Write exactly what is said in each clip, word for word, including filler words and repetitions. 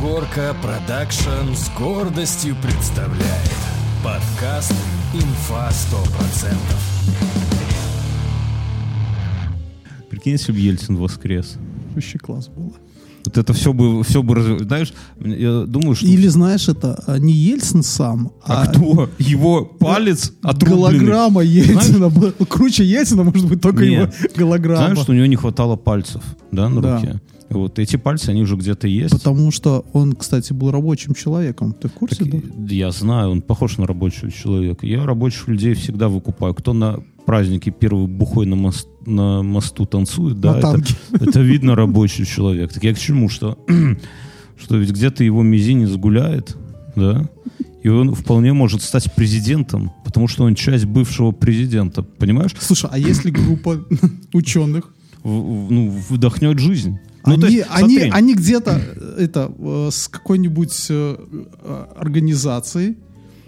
Горка Продакшн с гордостью представляет подкаст «Инфа сто процентов». Прикинь, если бы Ельцин воскрес. Вообще класс было. Вот это все бы, все бы, знаешь, я думаю, что... Или, знаешь, это не Ельцин сам, а... а... кто? Его палец отрубленный. Голограмма Ельцина. Знаешь... Круче Ельцина может быть только Нет. его голограмма. Знаешь, что у него не хватало пальцев, да, на да. руке? Вот эти пальцы, они уже где-то есть. Потому что он, кстати, был рабочим человеком. Ты в курсе? Так, да? Я знаю, он похож на рабочего человека. Я рабочих людей всегда выкупаю. Кто на празднике первый бухой на, мост, на мосту танцует, да, это, это видно рабочий человек. Так я к чему, что, что ведь где-то его мизинец гуляет, да, и он вполне может стать президентом, потому что он часть бывшего президента, понимаешь? Слушай, а если группа ученых в, в, ну, вдохнет жизнь? Ну, они, есть, они, они где-то это, э, с какой-нибудь э, организацией,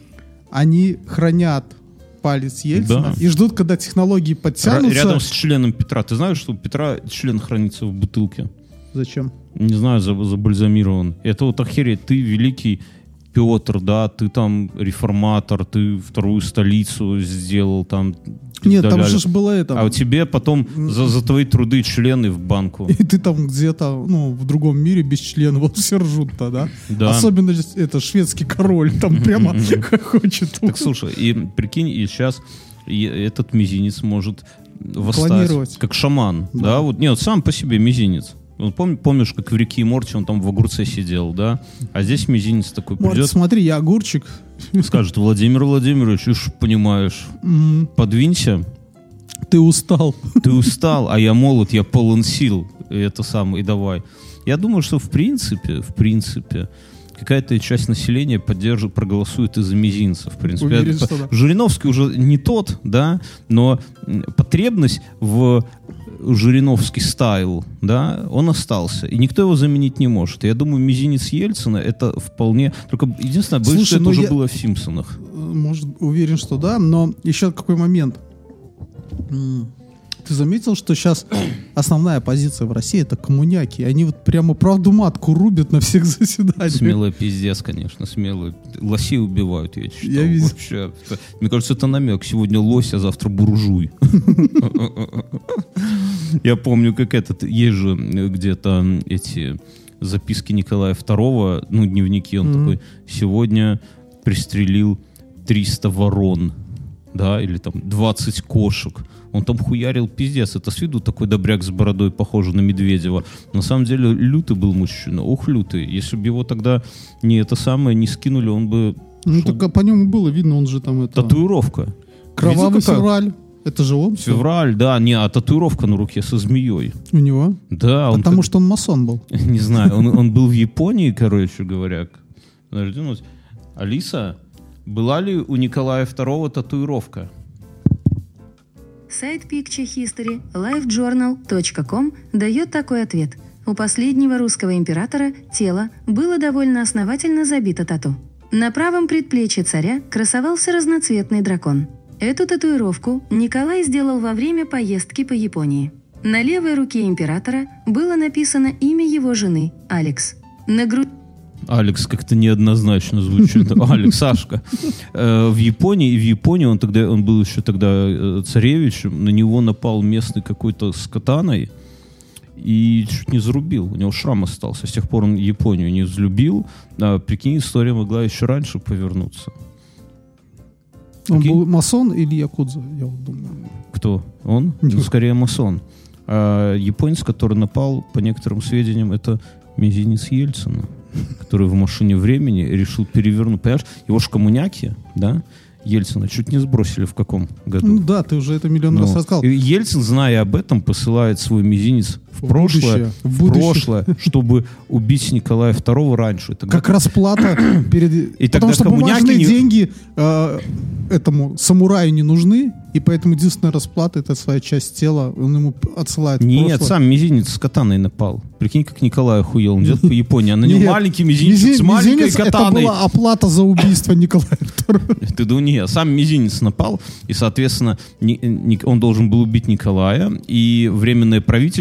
они хранят палец Ельцина, да, и ждут, когда технологии подтянутся. Рядом с членом Петра. Ты знаешь, что у Петра член хранится в бутылке? Зачем? Не знаю, забальзамирован. Это вот охереть. Ты великий Петр, да, ты там реформатор, ты вторую столицу сделал, там... Нет, там же ж было это. А у тебе потом за, за твои труды члены в банку. И ты там где-то, ну, в другом мире без члена, вот все ржут-то, да? Да. Особенно это шведский король, там прямо как хочет. Так слушай, и прикинь, и сейчас этот мизинец может восстать как шаман, да. да? Вот, нет, сам по себе мизинец. Вот пом, помнишь, как в «Рике и Морти» он там в огурце сидел, да? А здесь мизинец такой придет. Вот, смотри, я огурчик. Скажет: Владимир Владимирович, уж понимаешь, mm. подвинься. Ты устал. Ты устал, а я молод, я полон сил. И это самое, и давай. Я думаю, что в принципе, в принципе, какая-то часть населения поддержит, проголосует из-за мизинца. В принципе, Уверен, это, что да. Жириновский уже не тот, да, но потребность в жириновский стайл, да, он остался. И никто его заменить не может. Я думаю, мизинец Ельцина это вполне... Только единственное, боюсь, что это уже я... было в «Симпсонах». Может, уверен, что да, но еще какой момент. Ты заметил, что сейчас основная позиция в России — это коммуняки. Они вот прямо правду матку рубят на всех заседаниях. Смелый пиздец, конечно, смелый. Лосей убивают, я читал. Я видел. Вообще. Мне кажется, это намек. Сегодня лось, а завтра буржуй. Я помню, как этот... Есть же где-то эти записки Николая второго, ну, дневники, он такой: сегодня пристрелил триста ворон, да, или там двадцать кошек. Он там хуярил пиздец. Это с виду такой добряк с бородой, похожий на Медведева. На самом деле лютый был мужчина. Ох, лютый. Если бы его тогда не это самое, не скинули, он бы... Ну, шел... так по нему было видно, он же там это... Татуировка. Кровавый февраль. Это же он? Февраль, все? Да. Не, а татуировка на руке со змеей. У него? Да. Он Потому как... что он масон был. Не знаю. Он, он был в Японии, короче говоря. Подожди, ну... Алиса, была ли у Николая второго татуировка? Сайт Picture History лайф джорнал точка ком дает такой ответ. У последнего русского императора тело было довольно основательно забито тату. На правом предплечье царя красовался разноцветный дракон. Эту татуировку Николай сделал во время поездки по Японии. На левой руке императора было написано имя его жены – Алекс. На груди... Алекс как-то неоднозначно звучит. Алекс, Сашка. Э, в Японии, в Японии он тогда, он был еще тогда э, царевичем, на него напал местный какой-то с катаной и чуть не зарубил. У него шрам остался. С тех пор он Японию не взлюбил. А, прикинь, история могла еще раньше повернуться. Он Прикинь? Был масон или якудза, я вот думаю. Кто? Он? Ну, скорее масон. А японец, который напал, по некоторым сведениям, это мизинец Ельцина, который в машине времени решил перевернуть. Понимаешь, его ж коммуняки, да, Ельцина чуть не сбросили в каком году? Ну да, ты уже это миллион ну, раз рассказал. Ельцин, зная об этом, посылает свой мизинец в, в прошлое, в, в прошлое, чтобы убить Николая второго раньше. Тогда... Как расплата перед... И Потому что бумажные не... деньги э, этому самураю не нужны, и поэтому единственная расплата — это своя часть тела, он ему отсылает в Нет, прошлое. сам мизинец с катаной напал. Прикинь, как Николай охуел. Он идет по Японии, а на нем Нет, маленький мизинец мизинец, с маленькой мизинец катаной. Это была оплата за убийство Николая второго. Ты думаешь, нет, сам мизинец напал, и, соответственно, не, не, он должен был убить Николая, и Временное правительство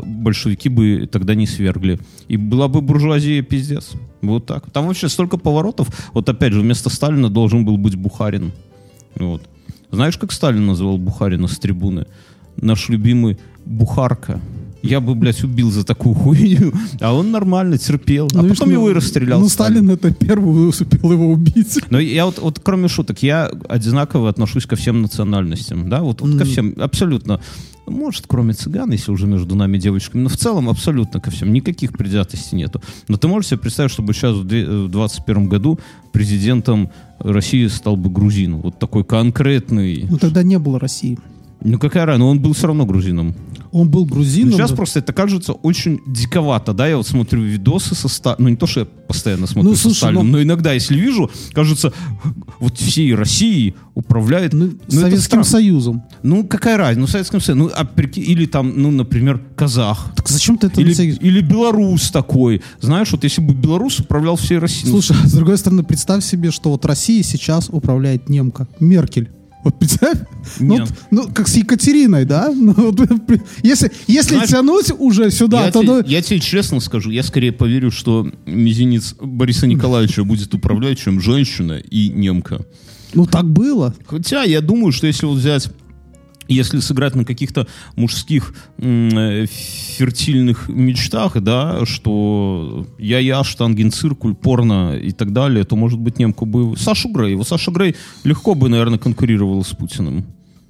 большевики бы тогда не свергли. И была бы буржуазия пиздец. Вот так. Там вообще столько поворотов. Вот опять же, вместо Сталина должен был быть Бухарин. Вот. Знаешь, как Сталин называл Бухарина с трибуны? Наш любимый Бухарка. Я бы, блядь, убил за такую хуйню. А он нормально терпел. А ну, потом его и расстрелял. Ну, Сталин, Сталин это первый успел его убить. Но я вот, вот, кроме шуток, я одинаково отношусь ко всем национальностям. Да, вот, вот mm. ко всем, абсолютно. Может, кроме цыган, если уже между нами девочками. Но в целом абсолютно ко всем. Никаких предвзятостей нету. Но ты можешь себе представить, чтобы сейчас в двадцать первом году президентом России стал бы грузин. Вот такой конкретный. Ну, тогда не было России. Ну, какая разница? Он был все равно грузином. Он был грузином. Ну, сейчас да? просто это кажется очень диковато, да, я вот смотрю видосы со Сталином, ну, не то, что я постоянно смотрю ну, со слушай, Сталином, но... но иногда, если вижу, кажется, вот всей Россией управляет... Ну, ну, Советским Союзом. Ну, какая разница? Ну, Советским Союзом. Ну, а, или там, ну, например, казах. Так зачем ты это... Или, или белорус такой. Знаешь, вот если бы белорус управлял всей Россией... Слушай, с другой стороны, представь себе, что вот Россия сейчас управляет немка, Меркель. Вот представь, ну, вот, ну, как с Екатериной, да? Ну, вот, если если Знаешь, тянуть уже сюда, я то... Тебе, я тебе честно скажу, я скорее поверю, что мизинец Бориса Николаевича будет управлять, чем женщина и немка. Ну, так было. Хотя я думаю, что если вот взять... Если сыграть на каких-то мужских м- фертильных мечтах, да, что я-я, штангенциркуль, порно и так далее, то, может быть, немку бы... Сашу Грей. Вот Саша Грей легко бы, наверное, конкурировал с Путиным.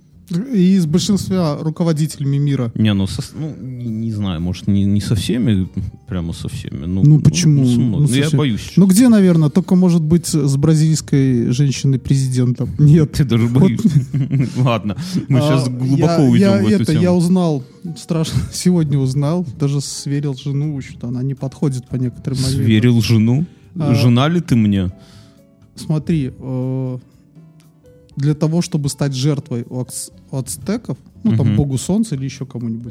И с большинством руководителями мира. Не, ну, со, ну не, не знаю, может, не, не со всеми, прямо со всеми. Ну, ну почему? Ну, ну, ну, ну я боюсь. Ну, где, наверное, только, может быть, с бразильской женщиной-президентом. Нет. Ты даже боюсь. Ладно, мы сейчас глубоко уйдем в эту тему. Я узнал, страшно, сегодня узнал, даже сверил жену, что она не подходит по некоторым моментам. Сверил жену? Жена ли ты мне? Смотри, для того, чтобы стать жертвой у, ац- у ацтеков, ну, uh-huh. там, богу солнца или еще кому-нибудь,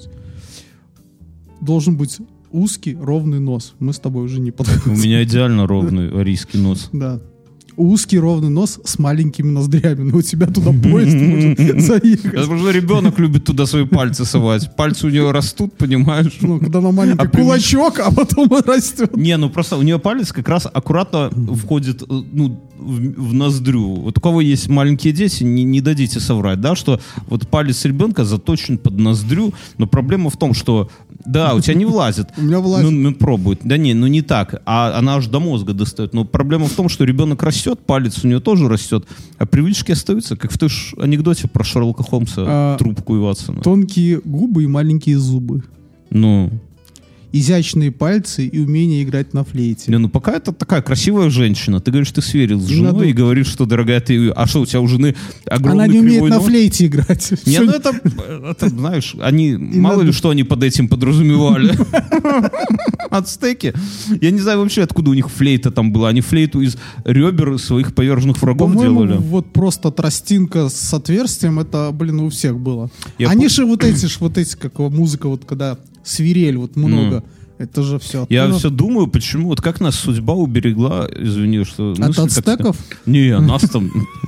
должен быть узкий, ровный нос. Мы с тобой уже не подходим. У меня идеально ровный арийский нос. Да. Узкий, ровный нос с маленькими ноздрями. Но у тебя туда поезд может заехать. Потому что ребенок любит туда свои пальцы совать. Пальцы у нее растут, понимаешь? Ну, когда она маленький кулачок, а потом он растет. Не, ну просто у нее палец как раз аккуратно входит, ну, в, в ноздрю. Вот у кого есть маленькие дети, не, не дадите соврать, да, что вот палец ребенка заточен под ноздрю, но проблема в том, что, да, у тебя не влазит. У меня влазит. Ну, ну, пробует. Да не, ну не так. А она аж до мозга достает. Но проблема в том, что ребенок растет, палец у нее тоже растет, а привычки остаются, как в той ж анекдоте про Шерлока Холмса, а, трубку и Ватсона. Тонкие губы и маленькие зубы. Ну... Изящные пальцы и умение играть на флейте. Не, ну пока это такая красивая женщина. Ты говоришь, ты сверил с женой надо... и говоришь, что, дорогая, ты... А что, у тебя у жены огромный Она не умеет на нос? Флейте играть. Не, ну это, это знаешь, они... И мало надо... ли, что они под этим подразумевали. Ацтеки. Я не знаю вообще, откуда у них флейта там была. Они флейту из ребер своих поверженных врагов делали. Вот просто тростинка с отверстием, это, блин, у всех было. Они же вот эти, вот эти, как музыка, вот когда... Свирель, вот много. Mm. Это же все. Я ну, все думаю, почему, вот как нас судьба уберегла, извини, что... От ацтеков? Не, нас там...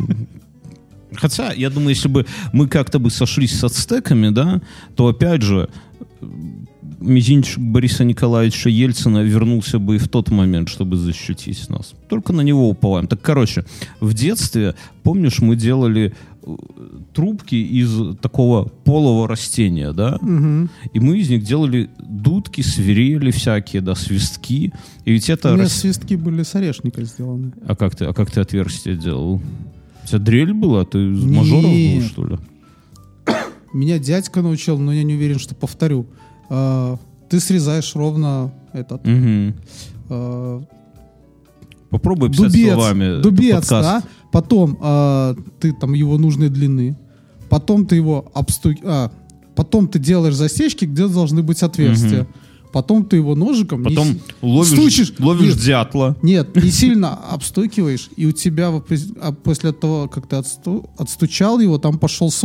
Хотя, я думаю, если бы мы как-то бы сошлись с ацтеками, да, то опять же мизинчик Бориса Николаевича Ельцина вернулся бы и в тот момент, чтобы защитить нас. Только на него уповаем. Так, короче, в детстве, помнишь, мы делали трубки из такого полого растения, да? Угу. И мы из них делали дудки, свирели всякие, да, свистки. И ведь это... У меня рас... свистки были с орешника сделаны. А как ты, а как ты отверстие делал? У тебя дрель была? Ты из мажоров был, что ли? Меня дядька научил, но я не уверен, что повторю. А, ты срезаешь ровно этот... Угу. А, Попробуй писать дубец, словами. Дубец, да? Потом а, ты там его нужной длины. Потом ты его обсту... а, потом ты делаешь засечки, где должны быть отверстия. Угу. Потом ты его ножиком... Потом не... ловишь, стучишь, ловишь нет, дятла. Нет, не сильно обстукиваешь, и у тебя после того, как ты отсту... отстучал его, там пошел сок,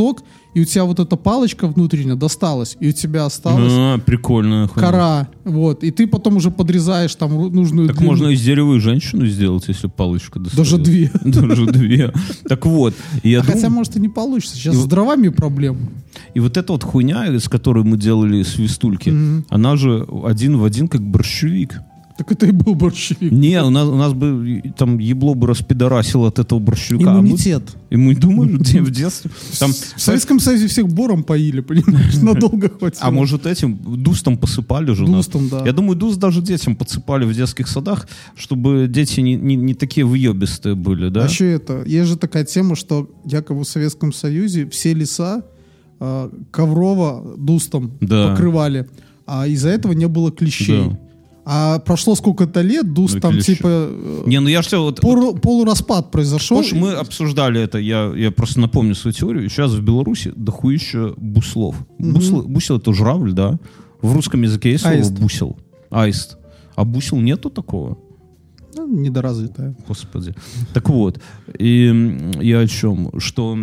и у тебя вот эта палочка внутренняя досталась, и у тебя осталась А, прикольно. кора, вот, и ты потом уже подрезаешь там ру- нужную Так длину. можно из дерева и женщину сделать, если палочка достает. Даже две. Даже две. Так вот. и я А Хотя, думаю- может, и не получится. Сейчас И с вот- дровами проблем. И вот эта вот хуйня, с которой мы делали свистульки, Мгм. она же один в один как борщевик. Так это и был борщевик. Не, у нас, у нас бы и- там ебло бы распидорасило от этого борщевика. а мы- Иммунитет. И мы думали, где в детстве. Там, В Советском Союзе всех бором поили, понимаешь, надолго хватило. а может этим дустом посыпали же нас? Дустом, да. Я думаю, дуст даже детям подсыпали в детских садах, чтобы дети не, не, не такие въебистые были, да? А еще это, есть же такая тема, что якобы в Советском Союзе все леса э, коврово дустом Да. покрывали, а из-за этого не было клещей. Да. А прошло сколько-то лет, дуст Ну и там клещи. типа э, Не, ну я же вот... полу- полураспад произошел. Помнишь, мы обсуждали это, я, я просто напомню свою теорию. Сейчас в Беларуси дохуища буслов. Мгм. Буслы- бусел — это журавль, да? В русском языке есть слово Аист. бусел? Аист. А бусел нету такого? Ну, недоразвитая. Господи. Так вот, и м, я о чем? Что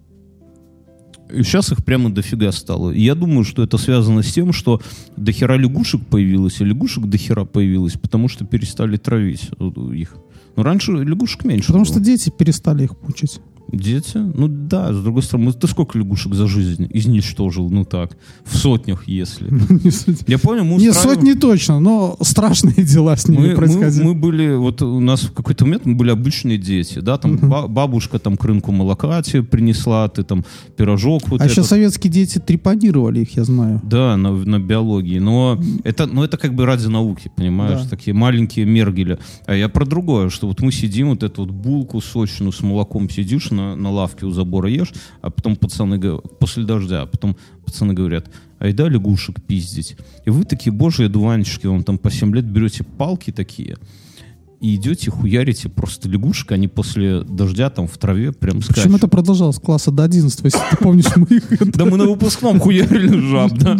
сейчас их прямо дофига стало. И я думаю, что это связано с тем, что дохера лягушек появилось, и лягушек дохера появилось, потому что перестали травить э, их. Но раньше лягушек меньше Потому было. что дети перестали их мучить. Дети? Ну да, с другой стороны, мы- ты сколько лягушек за жизнь изничтожил? Ну так, в сотнях, если. Я помню, мы Не, устраивали- сотни точно, но страшные дела с ними мы, мы, происходили. мы были, вот у нас в какой-то момент мы были обычные дети, да, там Мгм. ба- бабушка там к рынку молока тебе принесла, ты там пирожок вот А этот. сейчас советские дети трепанировали их, я знаю. Да, на, на биологии, но это, но это как бы ради науки, понимаешь, Да. такие маленькие мергели. А я про другое, что вот мы сидим, вот эту вот булку сочную с молоком сидишь на, на лавке у забора ешь, а потом пацаны, го- после дождя, а потом пацаны говорят, айда лягушек пиздить. И вы такие, божьи одуванчики, вам там по семь лет берете палки такие, и идете, хуярите просто лягушек, они после дождя там в траве прям Причем скачут. это продолжалось с класса до одиннадцатого, если ты помнишь, мы их Да мы на выпускном хуярили жаб, да?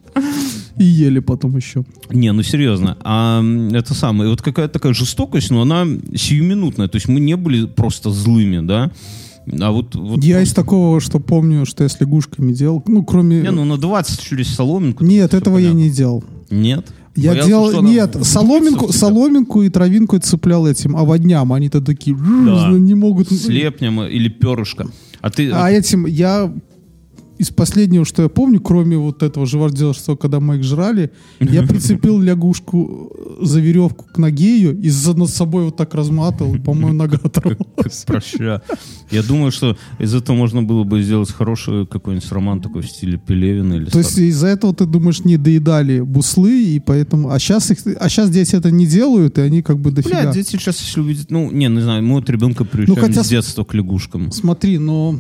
и ели потом еще. Не, ну серьезно. А м, это самое, вот какая-то такая жестокость, но она сиюминутная. То есть мы не были просто злыми, да? А вот... вот Я из такого, что помню, что я с лягушками делал, ну, кроме... Не, ну на двадцать через соломинку. Нет, всё этого я понятно. не делал. Нет? Я Боялся, делал... что она Нет, вдуется соломинку, в тебя? соломинку и травинку я цеплял этим оводням. Они-то такие... Да. Не могут... Слепнем или перышко. А ты... А этим я... Из последнего, что я помню, кроме вот этого живодела, что когда мы их жрали, я прицепил лягушку за веревку к ноге ее и за над собой вот так разматывал, и, по-моему, нога Как оторвалась. проща. Я думаю, что из этого можно было бы сделать хороший какой-нибудь роман такой в стиле Пелевина или То есть Стар- из-за этого, ты думаешь, не доедали буслы, и поэтому... А сейчас, их... а сейчас дети это не делают, и они как бы дофига. Бля, дети сейчас, если увидят... Ну, не, не знаю, мы вот ребенка приучаем хотя с с- детства к лягушкам. Смотри, но...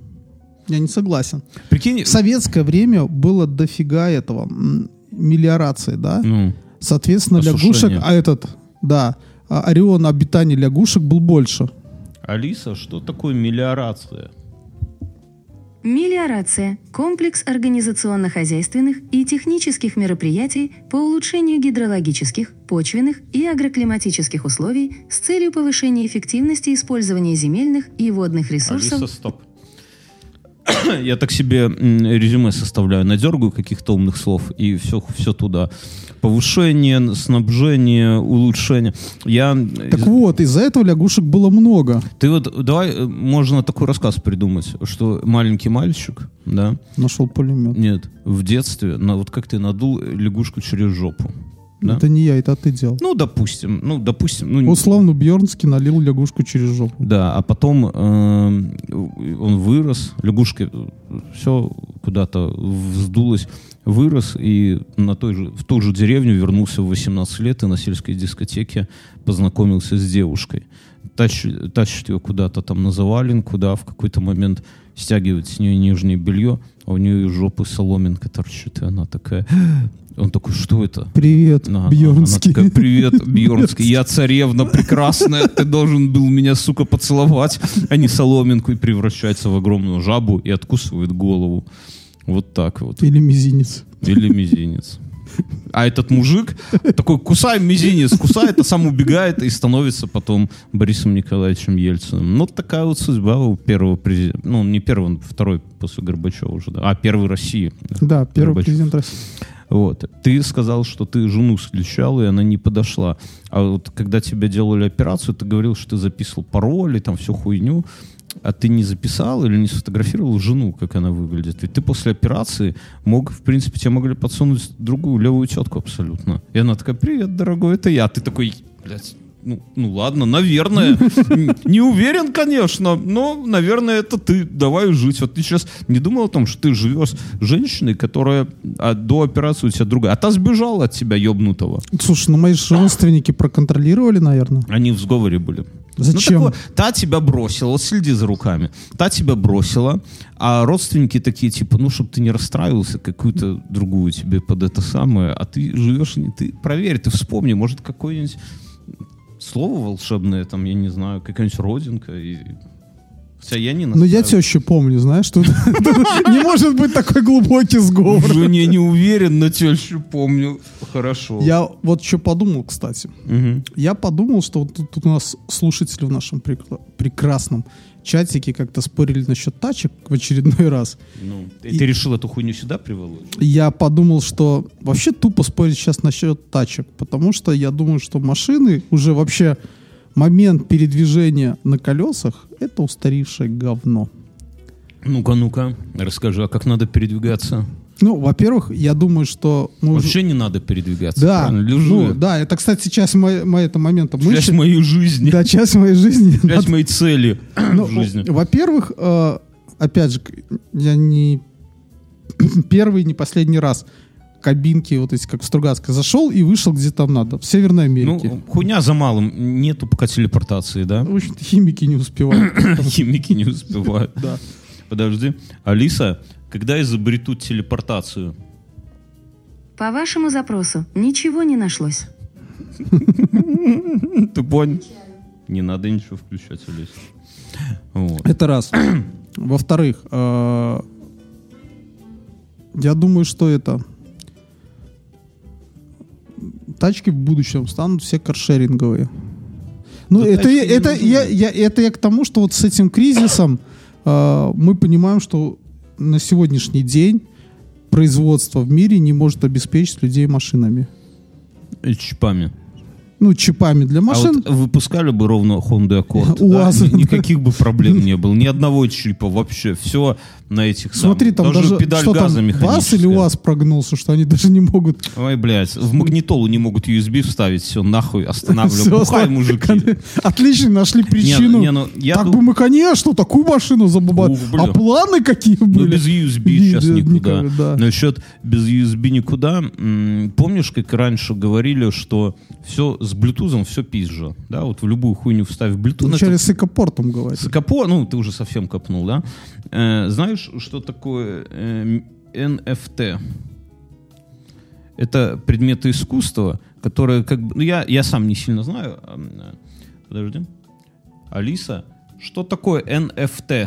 Я не согласен. Прикинь... В советское время было дофига этого, м, мелиорации, да? Ну, Соответственно, осушение. лягушек, а этот, да, а ореон обитания лягушек был больше. Алиса, что такое мелиорация? Мелиорация – комплекс организационно-хозяйственных и технических мероприятий по улучшению гидрологических, почвенных и агроклиматических условий с целью повышения эффективности использования земельных и водных ресурсов. Алиса, стоп. Я так себе м, резюме составляю, надергаю каких-то умных слов и все, все туда. Повышение, снабжение, улучшение. Я... Так вот, из-за этого лягушек было много. Ты вот, давай, э, можно такой рассказ придумать, что маленький мальчик, да, Нашел пулемет. нет, в детстве, на, вот как ты надул лягушку через жопу. Да? Это не я, это ты делал. Ну, допустим, ну, допустим, ну, Условно Бьернский налил лягушку через жопу. да, а потом э, он вырос, лягушка все куда-то вздулась, вырос и на той же, в ту же деревню вернулся в восемнадцать лет и на сельской дискотеке познакомился с девушкой. Тащит, тащит ее куда-то там на заваленку, да, в какой-то момент стягивает с нее нижнее белье, а у нее из жопы соломинка торчит, и она такая... Он такой, что это? Привет, Она- Бьернский. Она такая, привет, Бьернский, я царевна прекрасная, ты должен был меня, сука, поцеловать, а не соломинку, и превращается в огромную жабу и откусывает голову. Вот так вот. Или мизинец. Или мизинец. А этот мужик такой, кусай мизинец, кусает, а сам убегает и становится потом Борисом Николаевичем Ельциным. Ну, такая вот судьба у первого президента. Ну, не первого, второй после Горбачева уже, да. А, первый России. Да, первый Горбачев. президент России. Вот. Ты сказал, что ты жену встречал, и она не подошла. А вот когда тебе делали операцию, ты говорил, что ты записывал пароли, там всю хуйню. А ты не записал или не сфотографировал жену, как она выглядит? Ведь ты после операции мог, в принципе, тебе могли подсунуть другую левую тетку абсолютно. И она такая, привет, дорогой, это я. Ты такой, блядь, ну, ну ладно, наверное. Не уверен, конечно, но, наверное, это ты. Давай жить. Вот ты сейчас не думал о том, что ты живешь с женщиной, которая а, до операции у тебя другая. А та сбежала от тебя, ебнутого. Слушай, ну мои же родственники проконтролировали, наверное. Они в сговоре были. Зачем? Ну, такое, та тебя бросила, вот следи за руками. Та тебя бросила, а родственники такие, типа, ну, чтобы ты не расстраивался, какую-то другую тебе под это самое, а ты живешь, ты проверь, ты вспомни, может, какое-нибудь слово волшебное, там, я не знаю, какая-нибудь родинка, и... Хотя я не Ну, я тещу помню, знаешь, тут не может быть такой глубокий сговор. В жене не уверен, но тещу помню. Хорошо. Я вот что подумал, кстати. Я подумал, что вот тут у нас слушатели в нашем прекрасном чатике как-то спорили насчет тачек в очередной раз. Ну, и ты решил эту хуйню сюда приволочь? Я подумал, что вообще тупо спорить сейчас насчет тачек, потому что я думаю, что машины уже вообще... Момент передвижения на колесах — это устаревшее говно. Ну-ка, ну-ка, расскажи, а как надо передвигаться? Ну, во-первых, я думаю, что... Мы Вообще уже... не надо передвигаться, да, правильно? Лежи. Ну, да, это, кстати, часть мо- мо- этого момента. Мы часть щи- моей жизни. Да, часть моей жизни. Часть моей цели Ну, в жизни. Во-первых, э, опять же, я не первый, не последний раз кабинки, вот эти, как в Стругацкой, зашел и вышел где там надо, в Северной Америке. Ну, хуйня за малым. Нету пока телепортации, да? В общем-то, химики не успевают. Химики не успевают. Да. Подожди. Алиса, когда изобретут телепортацию? По вашему запросу ничего не нашлось. Ты понял? Не надо ничего включать, Алиса. Вот. Это раз. Во-вторых, э, я думаю, что это тачки в будущем станут все каршеринговые. Ну, Да это, тачки это, не я, я, это я к тому, что вот с этим кризисом э, мы понимаем, что на сегодняшний день производство в мире не может обеспечить людей машинами. И чипами. Ну, чипами для машин. А вот выпускали бы ровно Honda Accord, У да, вас, ни- да. никаких бы проблем не было. Ни одного чипа вообще. Все на этих Смотри, самых. там даже, педаль что газа там, ВАЗ механическая. или УАЗ прогнулся, что они даже не могут. Ой, блядь, в магнитолу не могут ю эс би вставить. Все, нахуй, останавливаем. Всё, Бухай, оста- мужики. Отлично, нашли причину. Не, ну, я так дум- бы мы, конечно, такую машину забабали. Ух, бля. А планы какие Ну, были? без ю эс би Не, сейчас да, никуда. никогда, да. Насчет без ю эс би никуда. М, Помнишь, как раньше говорили, что все с Bluetooth, все пизжа. Да, вот в любую хуйню вставь Bluetooth. Вначале это- с экопортом говорят. С капо, ну, ты уже совсем копнул, да? Э, знаешь, что такое э, эн эф ти? Это предметы искусства, которые как бы... Ну, я, я сам не сильно знаю. А, э, Подожди. Алиса, что такое эн эф ти?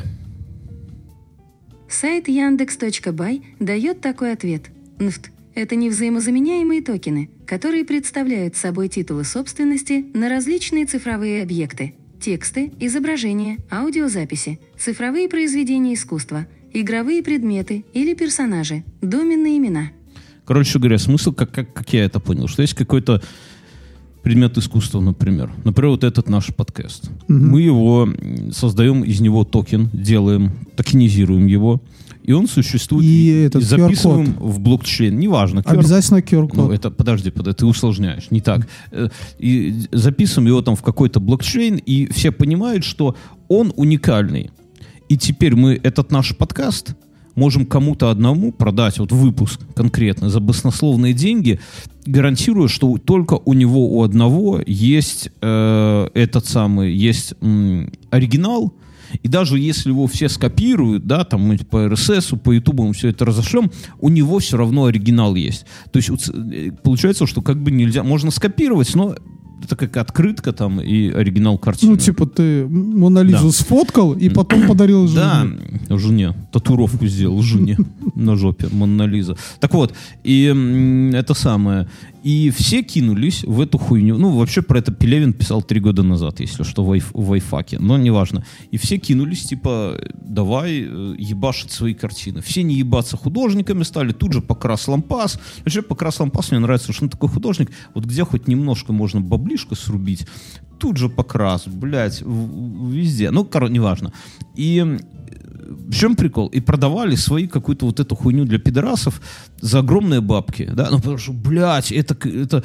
Сайт яндекс точка бай дает такой ответ. эн эф ти – это невзаимозаменяемые токены, которые представляют собой титулы собственности на различные цифровые объекты, тексты, изображения, аудиозаписи, цифровые произведения искусства, игровые предметы или персонажи, доменные имена. Короче говоря, смысл, как, как, как я это понял, что есть какой-то предмет искусства, например. Например, вот этот наш подкаст. Мы его м, создаем, из него токен, делаем, токенизируем его, и он существует, И этот записываем ку ар код. в блокчейн. Неважно. ку ар Обязательно ку ар код. Ну, это, подожди, подожди, ты усложняешь. Не так. Э, И записываем его там в какой-то блокчейн, и все понимают, что он уникальный. И теперь мы этот наш подкаст можем кому-то одному продать, вот выпуск конкретно, за баснословные деньги, гарантируя, что только у него у одного есть э, этот самый, есть м, оригинал. И даже если его все скопируют, да, там мы по эр эс эс, по ютубу мы все это разошлем, у него все равно оригинал есть. То есть вот, э, получается, что как бы нельзя, можно скопировать, но это как открытка там и оригинал картины. Ну, типа ты Монолизу Да. сфоткал и потом подарил жене. Да, жене. татуировку сделал жене на жопе, Мона Лиза. Так вот, и м, это самое. И все кинулись в эту хуйню. Ну, вообще про это Пелевин писал три года назад, если что, в, айф, в айфаке. Но неважно. И все кинулись, типа, давай э, ебашить свои картины. Все не ебаться художниками стали. Тут же Покрас Лампас. Вообще Покрас Лампас мне нравится, что он такой художник. Вот где хоть немножко можно баблишко срубить, тут же Покрас, блядь, в, везде. Ну, короче, неважно. И в чем прикол? И продавали свои какую-то вот эту хуйню для пидорасов за огромные бабки, да, ну потому что, блядь, это, это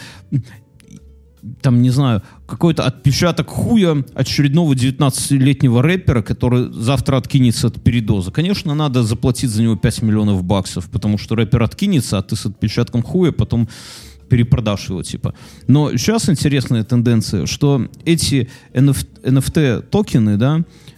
там, не знаю, какой-то отпечаток хуя очередного девятнадцатилетнего рэпера, который завтра откинется от передоза. Конечно, надо заплатить за него пять миллионов баксов, потому что рэпер откинется, а ты с отпечатком хуя потом перепродашь его, типа. Но сейчас интересная тенденция, что эти эн эф ти-токены, да,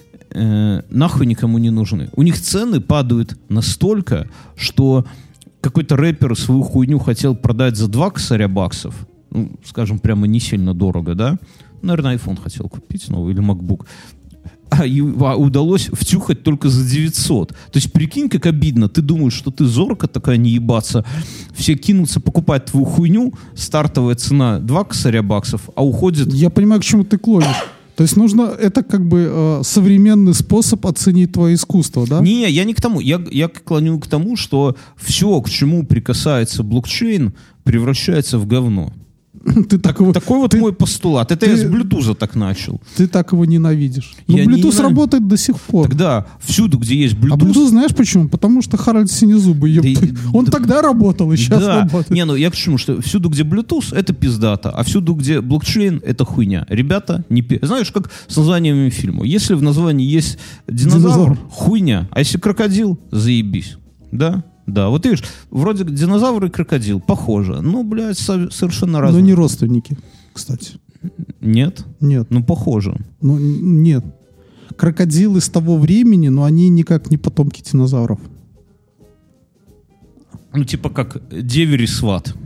Э, нахуй никому не нужны. У них цены падают настолько, что какой-то рэпер свою хуйню хотел продать за два косаря баксов, ну, скажем, прямо не сильно дорого, да? Наверное, iPhone хотел купить новый или MacBook. А, и, а удалось втюхать только за девятьсот. То есть, прикинь, как обидно. Ты думаешь, что ты зорка такая, не ебаться. Все кинутся покупать твою хуйню, стартовая цена два косаря баксов, а уходит... Я понимаю, к чему ты клонишь. То есть нужно, это как бы э, современный способ оценить твое искусство, да? Не, я не к тому. Я, я клоню к тому, что все, к чему прикасается блокчейн, превращается в говно. Ты так его, Такой вот ты, мой постулат. Это ты, я с Bluetooth так начал. Ты так его ненавидишь. Но Я Bluetooth не ненавид... работает до сих пор. Тогда всюду, где есть Bluetooth... А Bluetooth знаешь почему? Потому что Харальд Синезубый. Да, Он да, тогда работал и сейчас да. работает. Не, ну я к чему, что всюду, где Bluetooth, это пиздата, а всюду, где блокчейн, это хуйня. Ребята, не пи... Знаешь, как с названием фильма. Если в названии есть динозавр, динозавр, хуйня. А если крокодил, заебись. Да? Да, вот видишь, вроде динозавр и крокодил, похоже. Ну, блядь, со- совершенно разные. Но не родственники, кстати. Нет? Нет. Ну, похоже. Ну, нет. Крокодилы с того времени, но они никак не потомки динозавров. Ну, типа как деверь и сват.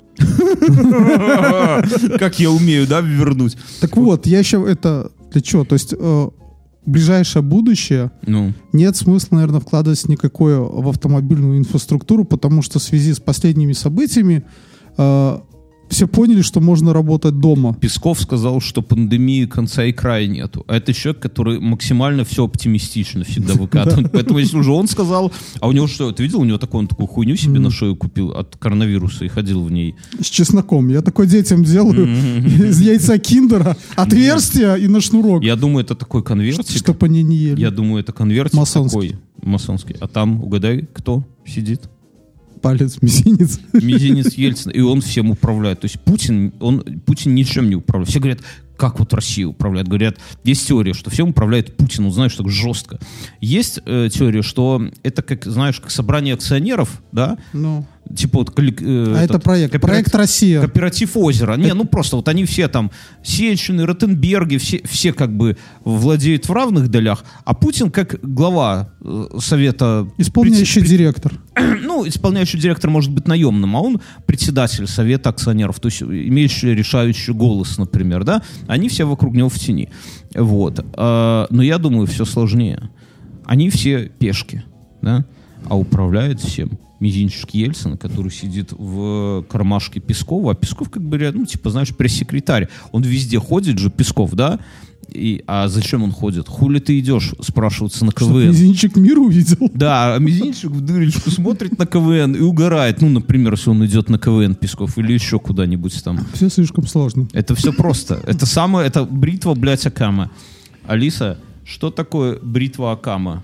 Как я умею, да, вернуть? Так вот, я еще это... Для чего? То есть... ближайшее будущее, ну. нет смысла, наверное, вкладывать никакое в автомобильную инфраструктуру, потому что в связи с последними событиями э, все поняли, что можно работать дома. Песков сказал, что пандемии конца и края нету. А это человек, который максимально все оптимистично всегда выкатывает. Поэтому если уже он сказал, а у него что, ты видел, у него такую, он такую хуйню себе на шею купил от коронавируса и ходил в ней. С чесноком. Я такой детям делаю из яйца киндера отверстие и на шнурок. Я думаю, это такой конвертик. Чтобы они не ели. Я думаю, это конвертик такой масонский. А там, угадай, кто сидит? Палец, мизинец. Мизинец Ельцина. И он всем управляет. То есть Путин, он, Путин ничем не управляет. Все говорят, как вот Россия управляет. Говорят, есть теория, что всем управляет Путин. Он, знаешь, так жестко. Есть э, теория, что это, как, знаешь, как собрание акционеров, да? Ну. Типа вот... Э, а этот, это проект. Кооператив, проект «Россия». Кооператив «Озеро». Не, ну просто вот они все там, Сечины, Ротенберги, все, все как бы владеют в равных долях, а Путин как глава э, совета... Исполняющий пред... директор. Ну, исполняющий директор может быть наемным, а он председатель совета акционеров, то есть имеющий решающий голос, например, да? Они все вокруг него в тени. Вот. А, но я думаю, все сложнее. Они все пешки, да? А управляет всем мизинчик Ельцина, который сидит в кармашке Пескова, а Песков как бы, ну, типа, знаешь, пресс-секретарь. Он везде ходит же, Песков, да? И, а зачем он ходит? Хули ты идешь, спрашивается на КВН. Что, мизинчик мир увидел? Да, а мизинчик в дырочку смотрит на КВН и угорает. Ну, например, если он идет на КВН, Песков, или еще куда-нибудь там. Все слишком сложно. Это все просто. Это самое, это бритва, блядь, Акама. Алиса, что такое бритва Акама?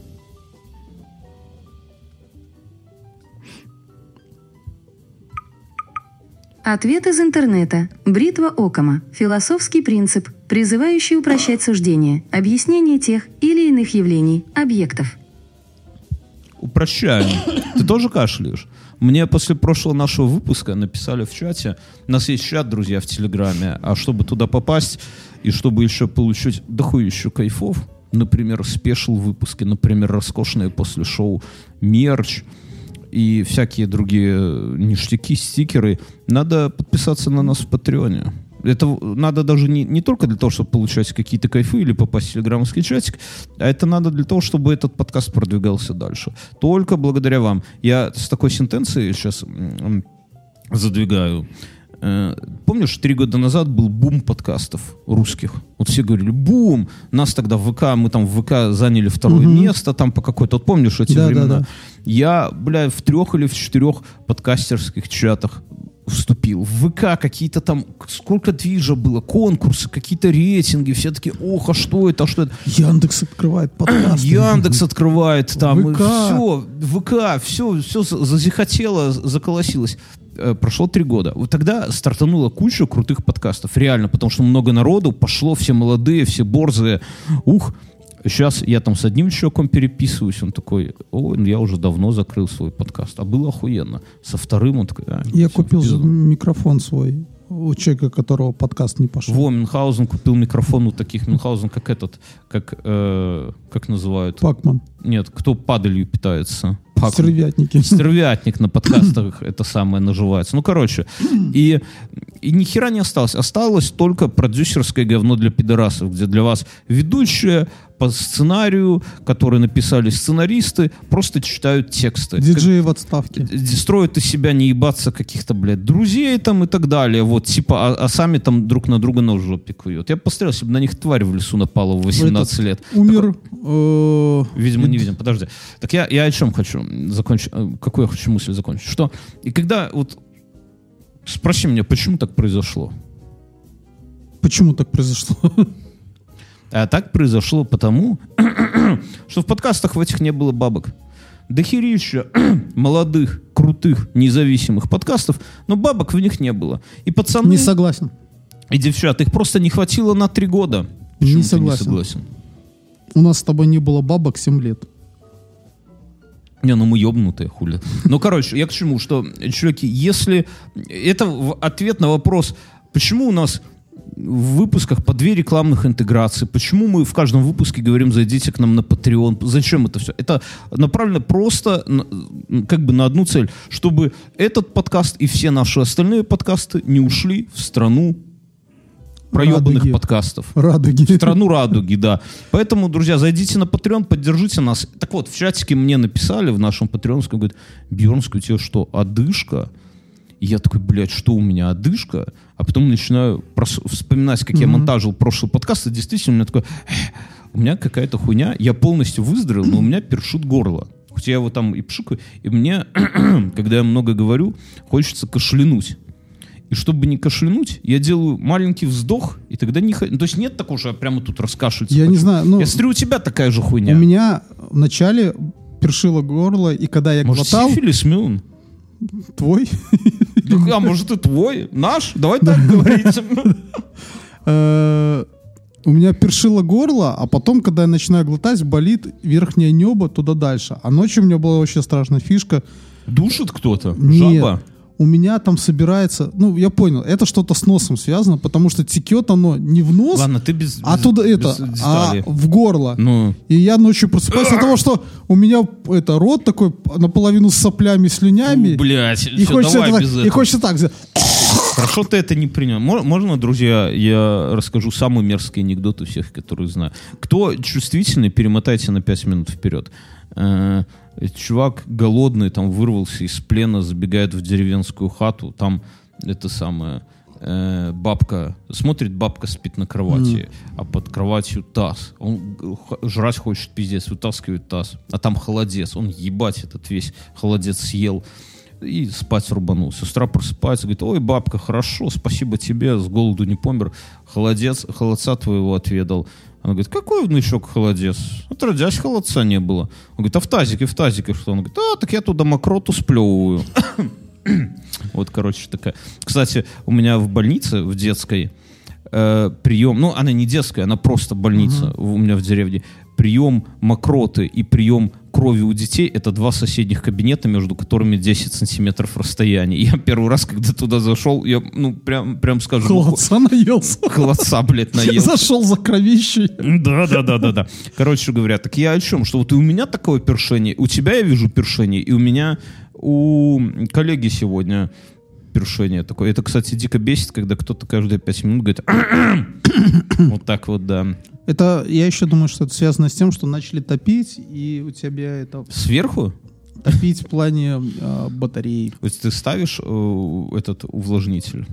Ответ из интернета. Бритва Оккама. Философский принцип, призывающий упрощать суждения, объяснение тех или иных явлений, объектов. Упрощаем. Ты тоже кашляешь? Мне после прошлого нашего выпуска написали в чате, у нас есть чат, друзья, в Телеграме, а чтобы туда попасть и чтобы еще получить дохуищу кайфов, например, спешл-выпуски, например, роскошные после шоу мерч, и всякие другие ништяки, стикеры, надо подписаться на нас в Патреоне. Это надо даже не, не только для того, чтобы получать какие-то кайфы или попасть в телеграммовский чатик, а это надо для того, чтобы этот подкаст продвигался дальше. Только благодаря вам. Я с такой сентенцией сейчас м- задвигаю. Помнишь, три года назад был бум подкастов русских? Вот все говорили, бум! Нас тогда в ВК, мы там в ВК заняли второе угу. место, там по какой-то, вот помнишь эти да, времена? Да, да. Я, бля, в трех или в четырех подкастерских чатах вступил. В ВК какие-то там, сколько движа было, конкурсы, какие-то рейтинги, все такие, ох, а что это, а что это? Яндекс открывает подкасты. Яндекс открывает там, ВК. все, ВК, все, все зазихотело, заколосилось. Прошло три года. Вот тогда стартанула куча крутых подкастов. Реально, потому что много народу пошло, все молодые, все борзые. Ух, сейчас я там с одним чуваком переписываюсь, он такой, ой, я уже давно закрыл свой подкаст. А было охуенно. Со вторым он такой... А, я купил пиздец. Микрофон свой у человека, которого подкаст не пошел. Во, Мюнхгаузен купил микрофон у таких Мюнхгаузен, как этот, как, э, как называют? Пакман. Нет, кто падалью питается? Пакман. Стервятники. Стервятник на подкастах это самое наживается. Ну, короче, и, и ни хера не осталось. Осталось только продюсерское говно для пидорасов, где для вас ведущие по сценарию, которые написали сценаристы, просто читают тексты. Диджеи в отставке. Строят из себя не ебаться каких-то, блядь, друзей там и так далее. Вот, типа, а, а сами там друг на друга нож в жопе куют. Я посмотрел, если бы на них тварь в лесу напала в восемнадцать лет. Умер. Так, видимо, не видим. Подожди. Так я, я о чем хочу закончить? Какую я хочу мысль закончить? Что? И когда вот... Спроси меня, почему так произошло? Почему так произошло? А так произошло потому, что в подкастах в этих не было бабок. Дохерища молодых, крутых, независимых подкастов, но бабок в них не было. И пацаны... Не согласен. И девчата, их просто не хватило на три года. Почему не ты согласен. не согласен? У нас с тобой не было бабок семь лет. Не, ну мы ебнутые, хули. Ну, короче, я к чему, что, чуваки, если... Это ответ на вопрос, почему у нас... в выпусках по две рекламных интеграции. Почему мы в каждом выпуске говорим, зайдите к нам на Patreon? Зачем это все? Это направлено просто как бы на одну цель, чтобы этот подкаст и все наши остальные подкасты не ушли в страну проебанных радуги. подкастов. Радуги. В страну радуги, да. Поэтому, друзья, зайдите на Patreon, поддержите нас. Так вот, в чатике мне написали в нашем патреонском, говорят, Бьернский, у тебя что, одышка? И я такой, блядь, что у меня, одышка? А потом начинаю прос- вспоминать, как mm-hmm. я монтажил прошлый подкаст, и действительно у меня такой, у меня какая-то хуйня, я полностью выздоровел, но у меня першит горло. Хотя я его там и пшикаю, и мне, когда я много говорю, хочется кашлянуть. И чтобы не кашлянуть, я делаю маленький вздох, и тогда не... Ну, то есть нет такого, что я прямо тут раскашляться. Я хочу. не знаю, ну... Я смотрю, у тебя такая же хуйня. У меня вначале першило горло, и когда я Может, глотал... Может, сифилис, Мюн? Твой? А может и твой? Наш? Давай так говорить. У меня першило горло, а потом, когда я начинаю глотать, болит верхнее небо туда дальше. А ночью у меня была вообще страшная фишка. Душит кто-то? Нет. Жаба? У меня там собирается... Ну, я понял, это что-то с носом связано, потому что текет оно не в нос, Ладно, ты без, а без, туда без это, деталей. а в горло. Ну. И я ночью просыпаюсь от того, что у меня это рот такой наполовину с соплями, слюнями. Фу, блядь, и все, хочется давай это, без и этого. хочется так. Хорошо, ты это не принял. Можно, друзья, я расскажу самый мерзкий анекдот у всех, которые знаю. Кто чувствительный, перемотайте на пять минут вперед. Чувак голодный, там вырвался из плена, забегает в деревенскую хату, там это самое, э, бабка, смотрит, бабка спит на кровати, mm. а под кроватью таз. Он жрать хочет, пиздец, вытаскивает таз, а там холодец. Он ебать этот весь холодец съел и спать рубанул. Сестра просыпается, говорит, ой, бабка, хорошо, спасибо тебе, с голоду не помер, холодец, холодца твоего отведал. Она говорит, какой внучок холодец? Отродясь, холодца не было. Он говорит, а в тазике, в тазике что? Он говорит, а, так я туда мокроту сплевываю. Вот, короче, такая. Кстати, у меня в больнице, в детской, э, прием, ну, она не детская, она просто больница uh-huh. у меня в деревне. Прием мокроты и прием крови у детей — это два соседних кабинета, между которыми десять сантиметров расстояния. Я первый раз, когда туда зашел, я, ну, прям, прям скажу... Холодца наелся. Холодца, блядь, наелся. Зашел за кровищей. Да-да-да-да-да. Короче говоря, так я о чем? Что вот и у меня такое першение, у тебя я вижу першение, и у меня у коллеги сегодня першение такое. Это, кстати, дико бесит, когда кто-то каждые пять минут говорит вот так вот, да. Это, я еще думаю, что это связано с тем, что начали топить, и у тебя это... Сверху? Топить в плане э, батареи. То есть ты ставишь э, этот увлажнитель?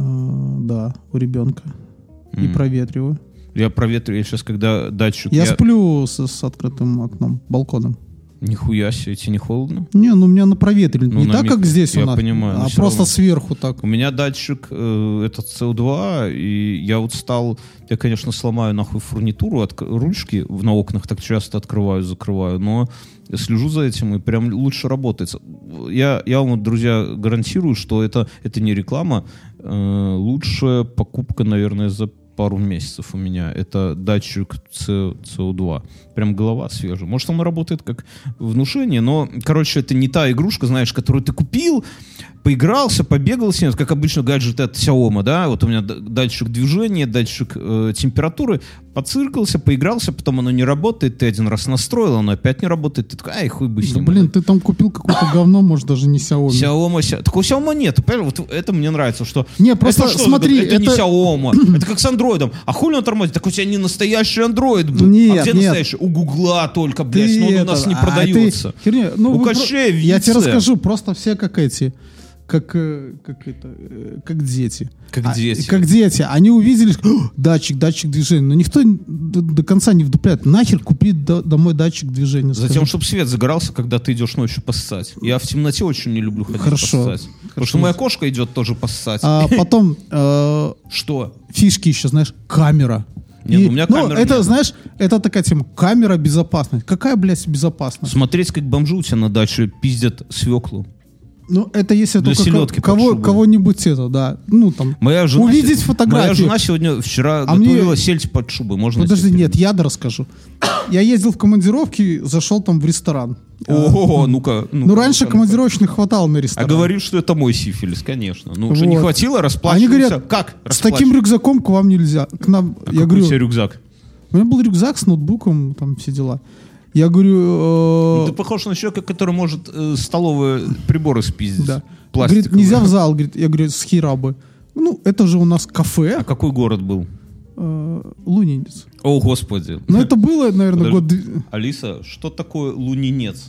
Э, да, у ребенка. Mm. И проветриваю. Я проветриваю, я сейчас, когда датчик... Я, я... сплю с, с открытым окном, балконом. Нихуя себе, тебе не холодно? Не, ну у меня на проветриватель. Ну, не так, микро... как здесь я у нас, понимаю, а просто равно. Сверху так. У меня датчик э, этот си о два, и я вот стал... Я, конечно, сломаю нахуй фурнитуру, от, ручки на окнах так часто открываю, закрываю, но я слежу за этим, и прям лучше работает. Я, я вам, друзья, гарантирую, что это, это не реклама. Э, лучшая покупка, наверное, за пару месяцев у меня. Это датчик си о два. Прям голова свежая. Может, он работает как внушение, но, короче, это не та игрушка, знаешь, которую ты купил, поигрался, побегал с ней, как обычно гаджеты от Xiaomi, да, вот у меня датчик движения, датчик э, температуры, поциркался, поигрался, потом оно не работает, ты один раз настроил, оно опять не работает, ты такой, ай, хуй бы с ним. Да, блин, ты там купил какое-то говно, может, даже не Xiaomi. Xiaomi, Xiaomi. Такого Xiaomi нет, вот это мне нравится, что... Не, просто это смотри, это, это это... не Xiaomi, это как с андроидом, а хули он тормозит? Так у тебя не настоящий андроид был, нет, а где нет. настоящий? У Гугла только, блядь, ты но он это... у нас не а, продается. Ты... Херня, ну, у Кощея про... Я тебе расскажу, просто все как эти... Как, как это, как дети. Как а, дети. Как дети. Они увидели датчик, датчик движения. Но никто до, до конца не вдупляет. Нахер купить до, домой датчик движения? Затем, скажи. Чтобы свет загорался, когда ты идешь ночью поссать. Я в темноте очень не люблю ходить Хорошо. поссать. Хорошо. Потому что моя кошка идет тоже поссать. А потом... Э, что? Фишки еще, знаешь, камера. Нет, и, у меня ну, камера это, нет. Знаешь, это такая тема. Камера безопасность. Какая, блядь, безопасность? Смотреть, как бомжи у тебя на даче пиздят свеклу. Ну, это если для только кого, кого-нибудь это, да. Ну, там, моя жена, увидеть фотографию. Моя жена сегодня, вчера а готовила мне... сельдь под шубой. Можно Подожди, нет, я да расскажу. Я ездил в командировки, зашел там в ресторан. О, ну-ка. Ну, ну раньше ну-ка, командировочных ну-ка. хватало на ресторан. А говорит, что это мой сифилис, конечно. Ну, вот. Уже не хватило, расплачивался. Они говорят, как с таким рюкзаком к вам нельзя. К нам, а я какой говорю, у тебя рюкзак? У меня был рюкзак с ноутбуком, там все дела. Я говорю... Э... Ну, ты похож на человека, который может э, столовые приборы спиздить. Да. Говорит, нельзя в зал. Говорит, я говорю, с хера бы. Ну, это же у нас кафе. А какой город был? Э, Лунинец. О, господи. Ну, это было, наверное, Подожди. год... Алиса, что такое Лунинец?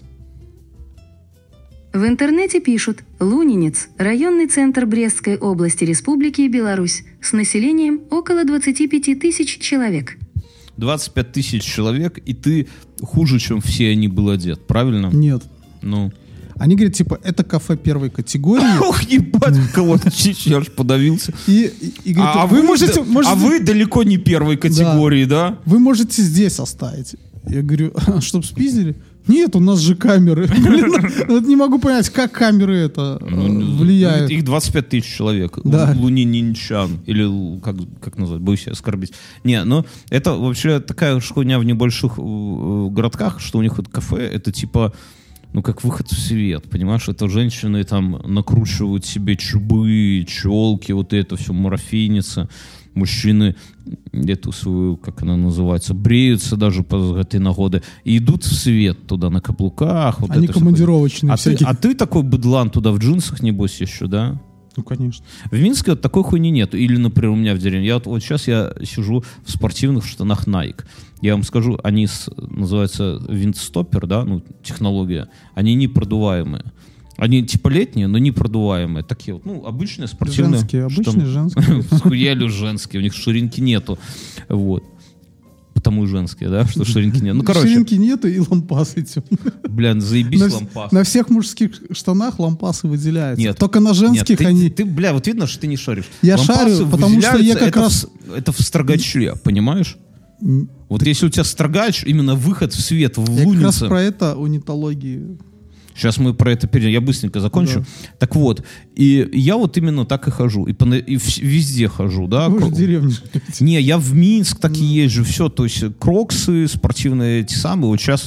В интернете пишут «Лунинец» – районный центр Брестской области Республики Беларусь с населением около двадцать пять тысяч человек. двадцать пять тысяч человек, и ты хуже, чем все они был одет, правильно? Нет. Ну... Они говорят, типа, это кафе первой категории. Ох, ебать, кого я аж подавился. И, и, и говорит, а, вы, вы можете, да, можете... а вы далеко не первой категории, да? да? Вы можете здесь оставить. Я говорю, чтоб спиздили? Нет, у нас же камеры. Блин, не могу понять, как камеры это влияют. Их двадцать пять тысяч человек. Да. Лунининчан. Или как, как назвать? Боюсь оскорбить. Не, ну это вообще такая хуйня в небольших городках, что у них вот кафе, это типа... Ну, как выход в свет, понимаешь? Это женщины там накручивают себе чубы, челки, вот это все, марафинится. Мужчины эту свою, как она называется, бреются даже по этой нагоды и идут в свет туда на каблуках. Вот Они это командировочные а всякие. ты, а ты такой быдлан туда в джинсах, небось, еще, да? Ну, конечно. В Минске вот такой хуйни нет. Или, например, у меня в деревне. Я вот, вот сейчас я сижу в спортивных штанах Nike. Я вам скажу, они с, называются виндстоппер, да, ну, технология. Они не продуваемые. Они типа летние, но не продуваемые. Такие вот, ну, обычные спортивные. Женские, обычные женские. Схуяли женские, у них ширинки нету. Вот. Потому и женские, да, что ширинки нет. Ну, короче. Ширинки нету и лампасы темные. Блин, заебись на, лампас. На всех мужских штанах лампасы выделяются. Нет. Только на женских Нет, ты, они... Ты, бля, вот видно, что ты не шаришь. Я лампасы шарю, потому что я как это раз... В, это в строгаче, понимаешь? Вот если у тебя строгач, именно выход в свет, в я лунице. Я как раз про это у нетологии... Сейчас мы про это перейдем. Я быстренько закончу. Да. Так вот, и я вот именно так и хожу. И, по, и в, везде хожу, да. Вы же в деревне живете. Не, я в Минск так и езжу. Все, то есть кроксы, спортивные эти самые. Вот сейчас.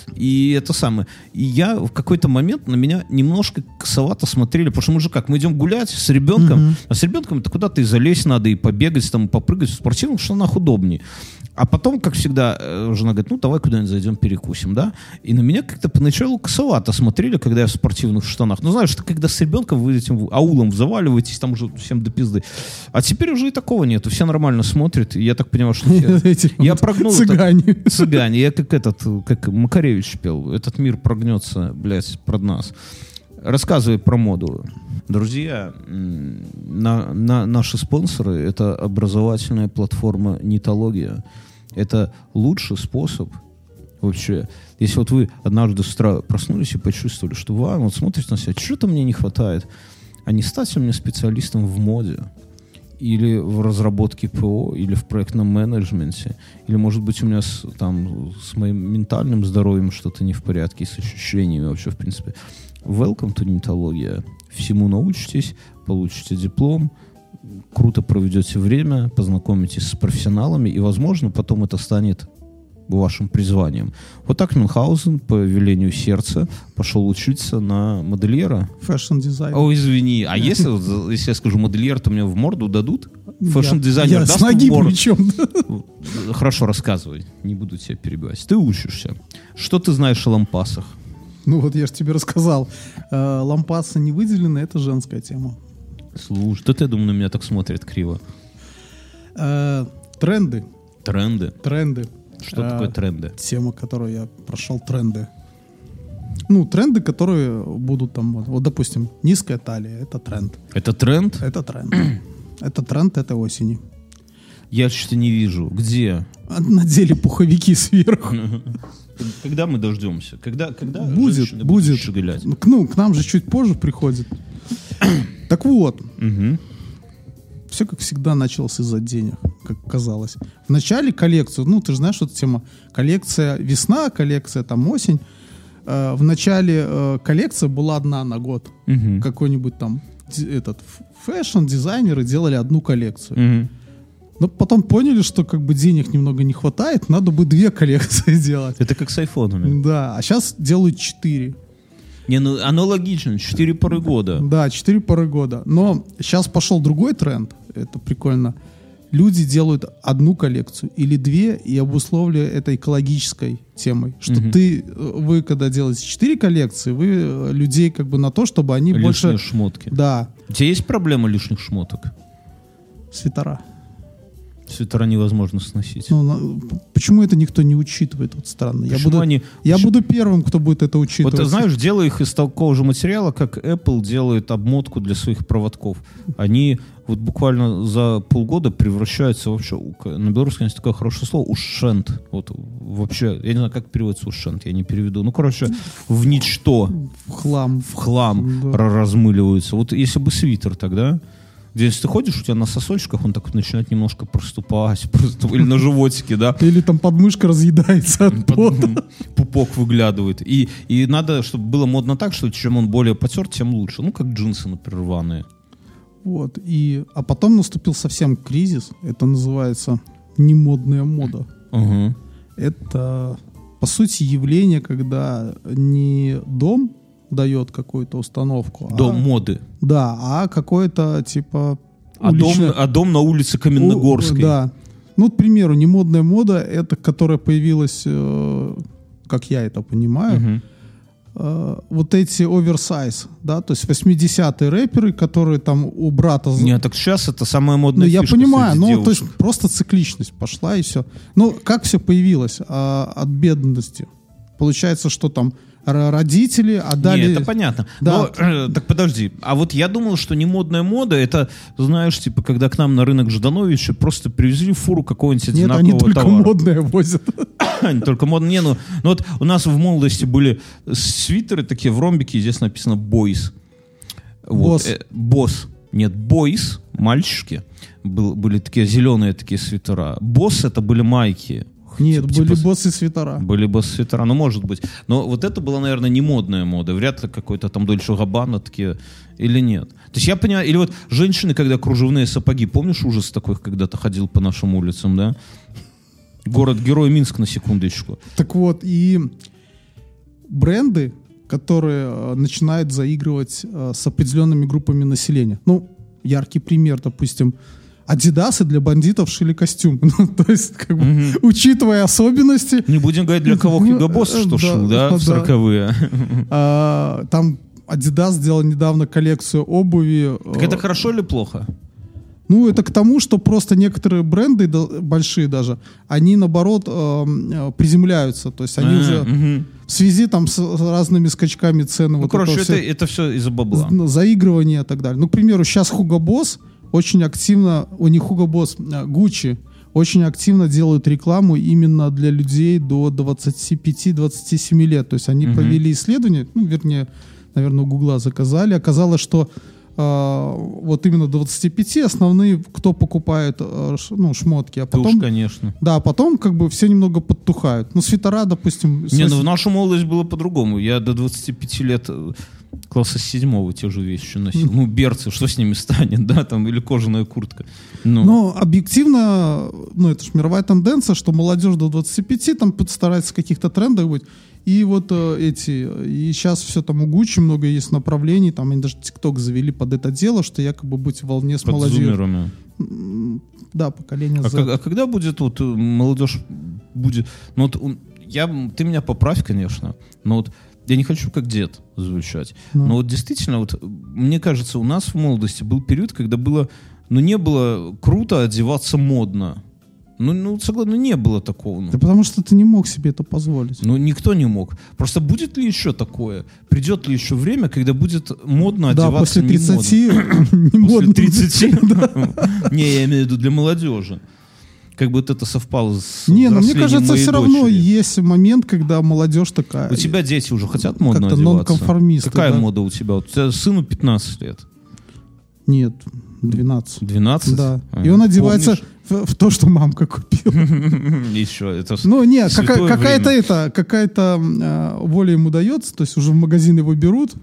И это самое. И я в какой-то момент на меня немножко косовато смотрели. Потому что мы же как, мы идем гулять с ребенком. Uh-huh. А с ребенком это куда-то и залезть надо, и побегать, там, и попрыгать в спортивных штанах удобнее. А потом, как всегда, э, жена говорит, ну, давай куда-нибудь зайдем перекусим, да? И на меня как-то поначалу косовато смотрели, когда я в спортивных штанах. Ну, знаешь, это когда с ребенком вы этим аулом заваливаетесь, там уже всем до пизды. А теперь уже и такого нету. Все нормально смотрят. И я так понимаю, что... Я прогнул... Цыгане. Цыгане. Я как этот, как Макаревич пел. Этот мир прогнется, блядь, под нас. Рассказывай про моду. Друзья, на, на, наши спонсоры — это образовательная платформа «Нитология». Это лучший способ вообще. Если вот вы однажды с утра проснулись и почувствовали, что вам, вот смотрите на себя, что-то мне не хватает, а не стать мне специалистом в моде или в разработке ПО, или в проектном менеджменте, или, может быть, у меня с, там, с моим ментальным здоровьем что-то не в порядке, с ощущениями вообще, в принципе. Welcome to Нитология. Всему научитесь, получите диплом, круто проведете время, познакомитесь с профессионалами, и, возможно, потом это станет вашим призванием. Вот так Мюнхгаузен по велению сердца пошел учиться на модельера. Фэшн-дизайн. О, извини. А если, если я скажу модельер, то мне в морду дадут? Фэшн-дизайнер я даст с ноги в морду? причем. Хорошо, рассказывай. Не буду тебя перебивать. Ты учишься. Что ты знаешь о лампасах? Ну вот я же тебе рассказал. Э, лампасы не выделены, это женская тема. Слушай, да ты, я думаю, на меня так смотрят криво. Э, тренды. Тренды? Тренды. Что э, такое тренды? Тема, которую я прошел, тренды. Ну, тренды, которые будут там, вот, вот, допустим, низкая талия, это тренд. Это тренд? Это тренд. Это тренд этой осени. Я что-то не вижу. Где? Надели пуховики сверху. Когда мы дождемся? Когда, когда будет, будет. Шагулять? Ну, к нам же чуть позже приходит. Так вот. Угу. Все, как всегда, началось из-за денег, как казалось. В начале коллекцию, ну, ты же знаешь, что это тема. Коллекция весна, коллекция там осень. Э, в начале э, коллекция была одна на год. Угу. Какой-нибудь там д- этот фэшн-дизайнеры делали одну коллекцию. Угу. Но потом поняли, что как бы денег немного не хватает, надо бы две коллекции делать. Это как с айфонами. Да, а сейчас делают четыре. Не, ну оно логично, четыре поры года. Да, четыре поры года. Но сейчас пошел другой тренд, это прикольно. Люди делают одну коллекцию или две и обусловили это экологической темой. Что Мгм. ты, вы когда делаете четыре коллекции, вы людей как бы на то, чтобы они Лишние больше... шмотки. Да, У тебя есть проблема лишних шмоток? свитера. Свитера невозможно сносить. Ну, на- п- почему это никто не учитывает? Вот странно. Я, Почему буду, они- я почему- буду первым, кто будет это Вот учитывать. ты знаешь, делая их из такого же материала, как Apple делает обмотку для своих проводков. Они вот буквально за полгода превращаются вообще, у- на белорусском есть такое хорошее слово, ушент. Вот вообще, я не знаю, как переводится ушент, я не переведу. Ну, короче, в ничто, В хлам. в хлам Да. ра- размыливаются. Вот если бы свитер тогда, где если ты ходишь, у тебя на сосочках он так вот начинает немножко проступать, проступ- или на животике, да, Или там подмышка разъедается от под- пота. пупок выглядывает. И, и надо, чтобы было модно так, что чем он более потер, тем лучше. Ну, как джинсы, например, рваные. Вот. И, а потом наступил совсем кризис. Это называется немодная мода. Ага. Это, по сути, явление, когда не дом дает какую-то установку. Дом а, моды. Да, а какое-то типа... А дом, уличное- а дом на улице Каменногорской. У- Да. Ну, к примеру, немодная мода, это которая появилась, э, как я это понимаю, Мгм. э, вот эти оверсайз, да, то есть восьмидесятые рэперы, которые там у брата... за- Нет, так сейчас это самая Ну, модная я фишка понимаю, среди ну, то есть девушек. просто цикличность пошла и все. Ну, как все появилось? А, от бедности. Получается, что там р- родители отдали... Не, это понятно. Да. Но, э, так подожди. А вот я думал, что не модная мода, это, знаешь, типа, когда к нам на рынок Ждановича просто привезли фуру какого-нибудь Нет, одинакового они только товара. модное возят. Не только модно. Не, ну, ну вот у нас в молодости были свитеры такие в ромбике, здесь написано «Boys». Вот, Босс. э, босс. Нет, «Boys», мальчики. Был, были такие зеленые такие свитера. «Босс» — это были майки. Нет, Типа- были типа- боссы свитера. Были босс-свитера, ну, может быть. Но вот это была, наверное, не модная мода. Вряд ли какой-то там Дольче Габбана такие, или нет. То есть я понимаю, или вот женщины, когда кружевные сапоги, помнишь ужас такой, когда ты ходил по нашим улицам, да? Город-герой Минск, на секундочку. Так вот, и бренды, которые э, начинают заигрывать э, с определенными группами населения. Ну, яркий пример, допустим, Адидасы для бандитов шили костюмы. Ну, то есть, как бы, mm-hmm. учитывая особенности... Не будем говорить, для кого Hugo Boss что шил, да, в сороковые. А, там Adidas сделал недавно коллекцию обуви. Так это хорошо или плохо? Ну, это к тому, что просто некоторые бренды, большие даже, они, наоборот, приземляются. То есть они уже в связи там с разными скачками цен... Ну, короче, это все из-за бабла. Заигрывание и так далее. Ну, к примеру, сейчас Hugo Boss... очень активно, у них Hugo Boss, Gucci очень активно делают рекламу именно для людей до двадцати пяти двадцати семи лет. То есть они uh-huh. провели исследование, ну, вернее, наверное, у Гугла заказали. Оказалось, что э, вот именно до двадцати пяти основные, кто покупает э, ш, ну, шмотки. А потом, Ты уж, конечно. Да, потом как бы все немного подтухают. Ну, свитера, допустим... Не, ну в нашу молодость было по-другому. Я до двадцати пяти лет... класса седьмого те же вещи носил. Ну, берцы, что с ними станет, да, там, или кожаная куртка. Ну. Но объективно, ну, это же мировая тенденция, что молодежь до двадцати пяти там старается в каких-то трендах быть. И вот э, эти, и сейчас все там у Gucci много есть направлений, там они даже ТикТок завели под это дело, что якобы быть в волне с под молодежью. Зумерами. Да, поколение а, Z. как, а когда будет вот молодежь будет... Ну, вот я, ты меня поправь, конечно, но вот я не хочу как дед звучать. No. Но вот действительно, вот, мне кажется, у нас в молодости был период, когда было, ну, не было круто одеваться модно. Ну, ну, согласен, ну, не было такого. Ну. Да потому что ты не мог себе это позволить. Ну, никто не мог. Просто будет ли еще такое? Придет ли еще время, когда будет модно одеваться не модно? Да, после тридцати не модно. После тридцати? Не, я имею в виду для молодежи. Как бы вот это совпало с Не, ну мне кажется, все равно есть момент, когда молодежь такая... У тебя дети уже хотят модно как-то одеваться? Нонконформисты. Какая да? мода у тебя? У тебя сыну пятнадцать лет. Нет, двенадцать. двенадцать? Да. А, и он одевается в, в то, что мамка купила. Еще это Ну, нет, какая, какая-то это, какая-то э, воля ему дается, то есть уже в магазин его берут.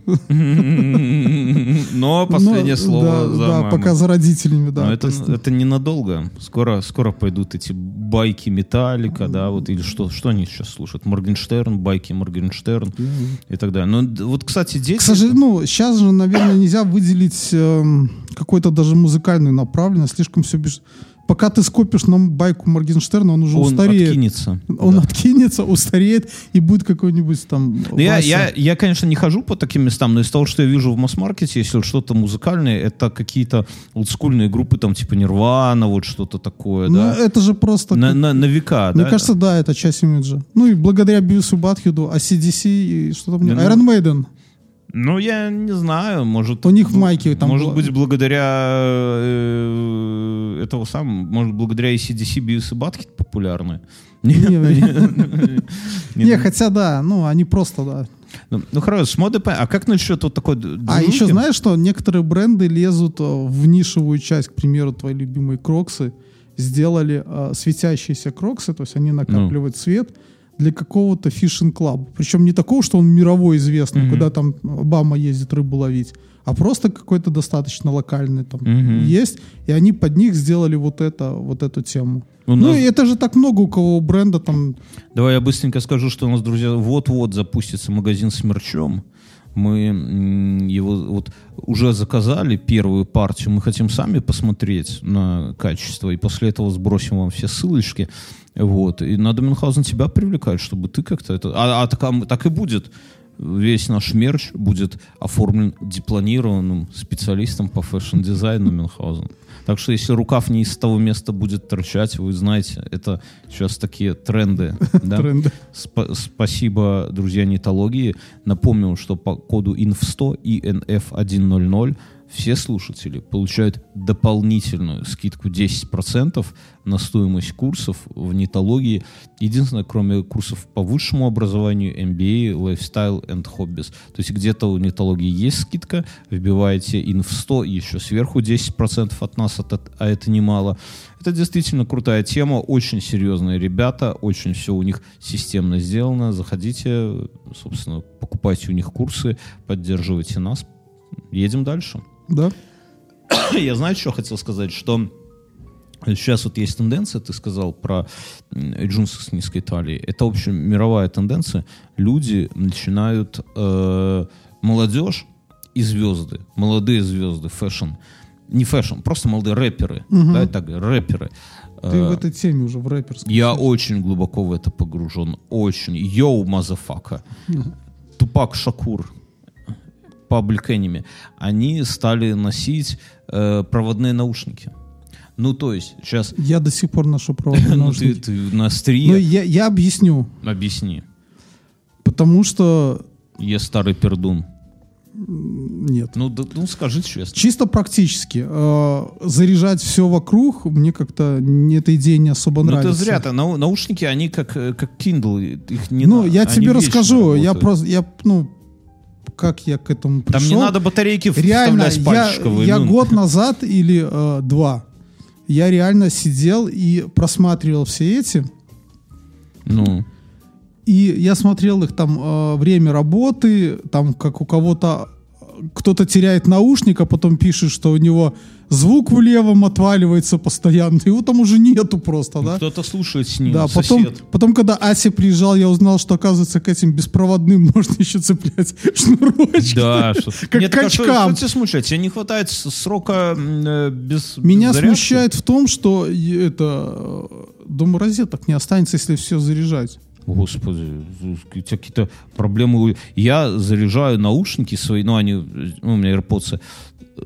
Но последнее слово да, за да, мамой. пока за родителями, да. Но это, это ненадолго. Скоро, скоро пойдут эти байки Металлика, да, вот, или что, что они сейчас слушают? Моргенштерн, байки Моргенштерн и так далее. Но вот, кстати, дети... К сожалению, ну, сейчас же, наверное, нельзя выделить э, какой-то даже музыкальную направленность, слишком все бежит. Пока ты скопишь на байку Моргенштерна, он уже он устареет. Откинется, он да. откинется, устареет, и будет какой-нибудь там... Я, я, я, конечно, не хожу по таким местам, но из того, что я вижу в масс-маркете, если что-то музыкальное, это какие-то олдскульные группы, там, типа Нирвана, вот что-то такое, ну, да? это же просто... На, на, на века, Мне да? кажется, да, это часть имиджа. Ну, и благодаря Бивису Батхеду, эй си ди си и что там... Да, Iron Maiden. Ну, я не знаю, может... У них в майке там... Может было... быть, благодаря э, этого самого, может, благодаря эй си ди си Бивис и Батхед популярны? Не, хотя да, ну, они просто, да. Ну, ну хорошо, с модой... А как насчет вот такой... А еще знаешь, что некоторые бренды лезут в нишевую часть, к примеру, твои любимые кроксы, сделали э, светящиеся кроксы, то есть они накапливают ну. свет для какого-то фишинг-клаба. Причем не такого, что он мировой известный, mm-hmm. куда там Обама ездит рыбу ловить, а просто какой-то достаточно локальный там mm-hmm. есть, и они под них сделали вот, это, вот эту тему. У ну, нас... и это же так много у кого у бренда там... Давай я быстренько скажу, что у нас, друзья, вот-вот запустится магазин с мерчом. Мы его вот уже заказали, первую партию. Мы хотим сами посмотреть на качество, и после этого сбросим вам все ссылочки. Вот. И надо, Мюнхгаузен, тебя привлекать, чтобы ты как-то это... А, а так, так и будет. Весь наш мерч будет оформлен дипломированным специалистом по фэшн-дизайну Мюнхгаузен. Так что если рукав не из того места будет торчать, вы знаете, это сейчас такие тренды. Да? Тренды. Сп- спасибо, друзья, нетологии. Напомню, что по коду инф сто и эн эф сто все слушатели получают дополнительную скидку десять процентов на стоимость курсов в нетологии. Единственное, кроме курсов по высшему образованию, эм би эй, Lifestyle and Hobbies. То есть где-то у нетологии есть скидка, вбиваете инф сто, еще сверху десять процентов от нас, а это немало. Это действительно крутая тема, очень серьезные ребята, очень все у них системно сделано. Заходите, собственно, покупайте у них курсы, поддерживайте нас. Едем дальше. Да. Я знаю, что хотел сказать, что сейчас вот есть тенденция, ты сказал про джинсы с низкой талией. Это, в общем, мировая тенденция. Люди начинают, э, молодежь и звезды, молодые звезды, фэшн, не фэшн, просто молодые рэперы, Мгм. да, так, рэперы. Ты Э, в этой теме уже в рэперской. Я очень глубоко в это погружен, очень. Йоу, мазафака. Тупак Шакур, Public Enemy, они стали носить э, проводные наушники. Ну, то есть, сейчас... Я до сих пор ношу проводные Ну, ты, наушники. ты на Ну, острие... я, я объясню. Объясни. Потому что Я старый пердун. нет. Ну, да, ну скажи честно. Чисто практически. э, заряжать все вокруг, мне как-то не- эта идея не особо Ну, нравится. это зря. -то. Нау- наушники, они как, э, как Kindle. Их не ну, на- я они тебе вечно расскажу. Я работают. просто, я, ну, как я к этому пришел. Там не надо батарейки Реально, вставлять я, пальчиковые. я ну. год назад или э, два, я реально сидел и просматривал все эти. Ну, И я смотрел их там э, время работы, там как у кого-то кто-то теряет наушник, а потом пишет, что у него звук в левом отваливается постоянно, его там уже нету просто, да? кто-то слушает с ним, Да, потом, сосед. потом, когда Ася приезжал, я узнал, что, оказывается, к этим беспроводным можно еще цеплять шнурочки. Да, что... Как Нет, так а что, качкам. что тебя смущает? Тебе не хватает с- срока м, э, без Меня без зарядки? смущает в том, что и это э, дома розеток не останется, если все заряжать. Господи, у тебя какие-то проблемы. Я заряжаю наушники свои, ну, они, ну, у меня AirPods, э,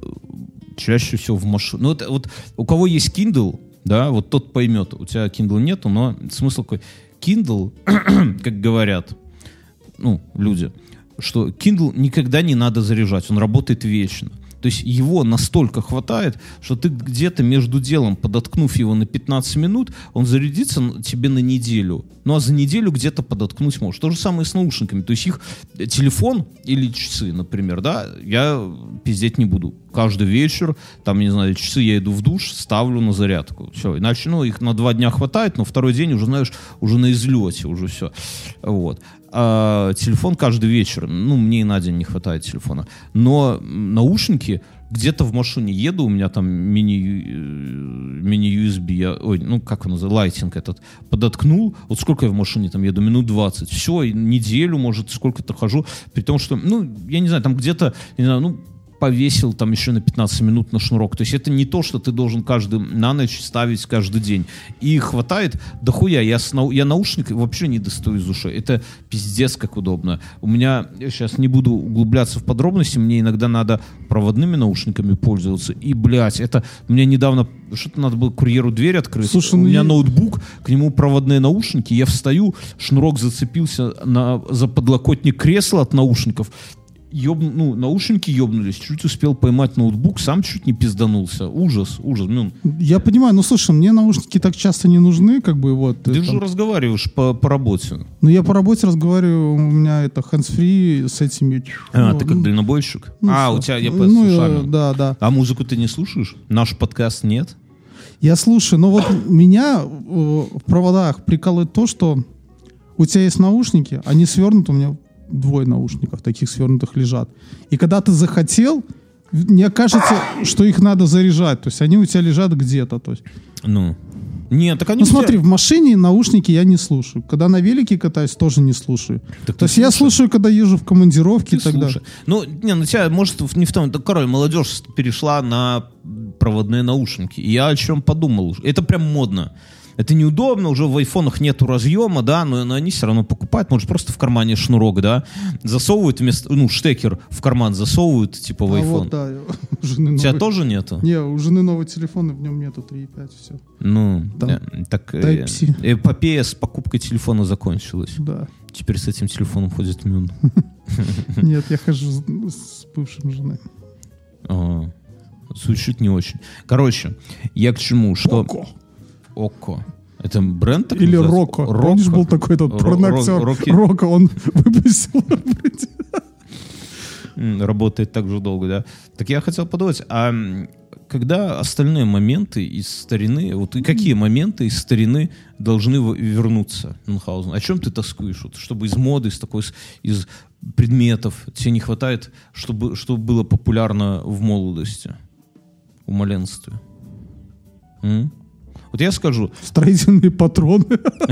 чаще всего в машине. Ну, это вот у кого есть Kindle, да, вот тот поймет. У тебя Kindle нету, но смысл какой? Kindle, как говорят, ну, люди, что Kindle никогда не надо заряжать, он работает вечно. То есть его настолько хватает, что ты где-то между делом, подоткнув его на пятнадцать минут, он зарядится н- тебе на неделю. Ну а за неделю где-то подоткнуть можешь. То же самое с наушниками. То есть их э, телефон или часы, например, да, я пиздеть не буду. Каждый вечер, там, не знаю, часы я иду в душ, ставлю на зарядку. Все. Иначе, ну, их на два дня хватает, но второй день уже, знаешь, уже на излете, уже все. Вот. А телефон каждый вечер. Ну, мне и на день не хватает телефона. Но наушники где-то в машине еду, у меня там мини, э, мини-ю эс би, я, ой, ну, как он называется, лайтинг этот, подоткнул. Вот сколько я в машине там еду? Минут двадцать. Все, и неделю, может, сколько-то хожу. При том, что, ну, я не знаю, там где-то, не знаю, ну, повесил там еще на пятнадцать минут на шнурок. То есть это не то, что ты должен каждый на ночь ставить каждый день. И хватает дохуя. Я, с нау- я наушник вообще не достаю из ушей. Это пиздец как удобно. У меня, я сейчас не буду углубляться в подробности, мне иногда надо проводными наушниками пользоваться. И, блядь, это мне недавно что-то надо было курьеру дверь открыть. Слушай, у ну меня я- ноутбук, к нему проводные наушники. Я встаю, шнурок зацепился на, за подлокотник кресла от наушников. Ёб... Ну, наушники ёбнулись, чуть успел поймать ноутбук, сам чуть не пизданулся. Ужас, ужас. Ну, Я понимаю, ну слушай, мне наушники так часто не нужны, как бы вот. ты э, же там. разговариваешь по, по работе. Ну я по работе разговариваю, у меня это hands-free с этими. А, ну, ты как ну, дальнобойщик? ну, а, всё. у тебя, я Ну, по- с э, ушами. да, да. А музыку ты не слушаешь? Наш подкаст нет? Я слушаю, но вот меня э, в проводах прикалывает то, что у тебя есть наушники, они свернуты, у меня двое наушников таких свернутых лежат. И когда ты захотел, мне кажется, что их надо заряжать. То есть они у тебя лежат где-то. То есть. Ну. Нет, так они Ну у тебя- смотри, в машине наушники я не слушаю. Когда на велике катаюсь, тоже не слушаю. Так То ты есть я слушай. слушаю, когда езжу в командировке Ты и так далее. слушай. Ну, не, ну тебя, может, в- не в том... Да, короче, молодежь перешла на проводные наушники. И я о чем подумал. Это прям модно. Это неудобно, уже в айфонах нету разъема, да, но, но они все равно покупают. Может, просто в кармане шнурок, да, засовывают вместо... Ну, штекер в карман засовывают, типа, в А айфон. вот, да, у жены У тебя новый- тоже нету? Не, у жены новый телефон, и в нем нету три и пять, все. Ну, Там э, так... э, Type-C. эпопея с покупкой телефона закончилась. Да. Теперь с этим телефоном ходит Мюн. Нет, я хожу с, с бывшим женой. А, Звучит не очень. Короче, я к чему? Что... Око. Око. Это бренд такой Или называется? Роко. Помнишь, был такой этот Ро- порноактер Ро- Рокки. Роко, он выпустил. М, Работает так же долго, да? Так я хотел подумать, а м, когда остальные моменты из старины, вот и какие моменты из старины должны в- вернуться, Мюнхгаузен? О чем ты тоскуешь? Вот, чтобы из моды, из такой, с- из предметов тебе не хватает, чтобы, чтобы было популярно в молодости, в маленстве? М? Вот я скажу... Строительные патроны.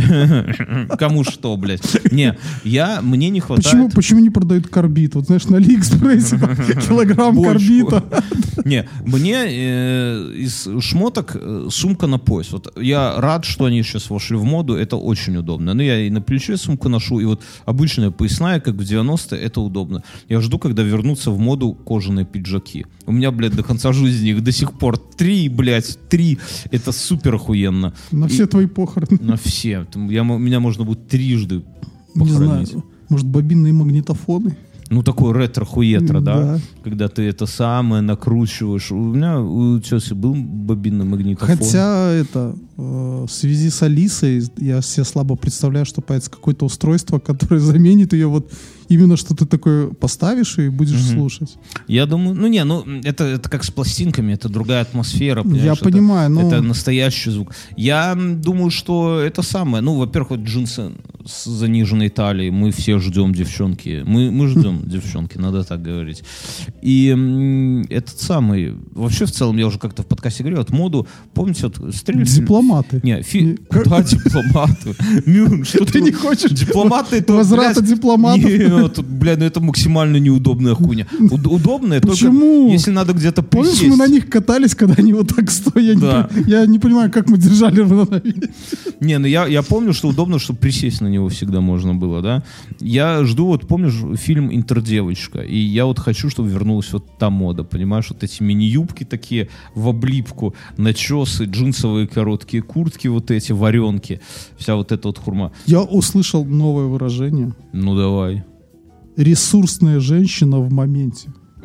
Кому что, блядь. Не, я, мне не хватает... Почему, почему не продают карбид? Вот знаешь, на Алиэкспрессе килограмм карбита. Не, мне э, из шмоток э, сумка на пояс. Вот я рад, что они сейчас вошли в моду, это очень удобно. Ну, я и на плече сумку ношу, и вот обычная поясная, как в девяностые, это удобно. Я жду, когда вернутся в моду кожаные пиджаки. У меня, блядь, до конца жизни их до сих пор три, блядь, три. Это супер охуенно. На и, все твои похороны. На все. Я, меня можно будет трижды похоронить. Не знаю, может, бобинные магнитофоны? Ну, такой ретро-хуетро, да. да? Когда ты это самое накручиваешь. У меня у теси был бобинный магнитофон. Хотя это э, в связи с Алисой я себе слабо представляю, что появится какое-то устройство, которое заменит ее вот именно, что ты такое поставишь и будешь угу. слушать. Я думаю, ну не, ну это, это как с пластинками, это другая атмосфера. Я понимаю, это, но... Это настоящий звук. Я думаю, что это самое. Ну, во-первых, вот джинсы с заниженной талией. Мы все ждем, девчонки. Мы, мы ждем, девчонки, надо так говорить. И м, этот самый... Вообще, в целом, я уже как-то в подкасте говорил, вот моду, помните, вот стрельцы... Дипломаты. Не, фи... Да, дипломаты. Мюн, что ты не хочешь? Дипломаты... Возврата дипломатов. Тут, бля, ну это максимально неудобная хуйня. Уд- удобная Почему? только если надо где-то присесть. Помнишь, мы на них катались, когда они вот так стоят? Да. Я, не, я не понимаю, как мы держали равновесие. Не, ну я, я помню, что удобно, чтобы присесть на него всегда можно было, да. Я жду, вот помнишь фильм «Интердевочка», и я вот хочу, чтобы вернулась вот та мода, понимаешь, вот эти мини-юбки такие в облипку, начесы, джинсовые короткие куртки вот эти, варенки, вся вот эта вот хурма. Я услышал новое выражение. Ну давай. Ресурсная женщина в моменте.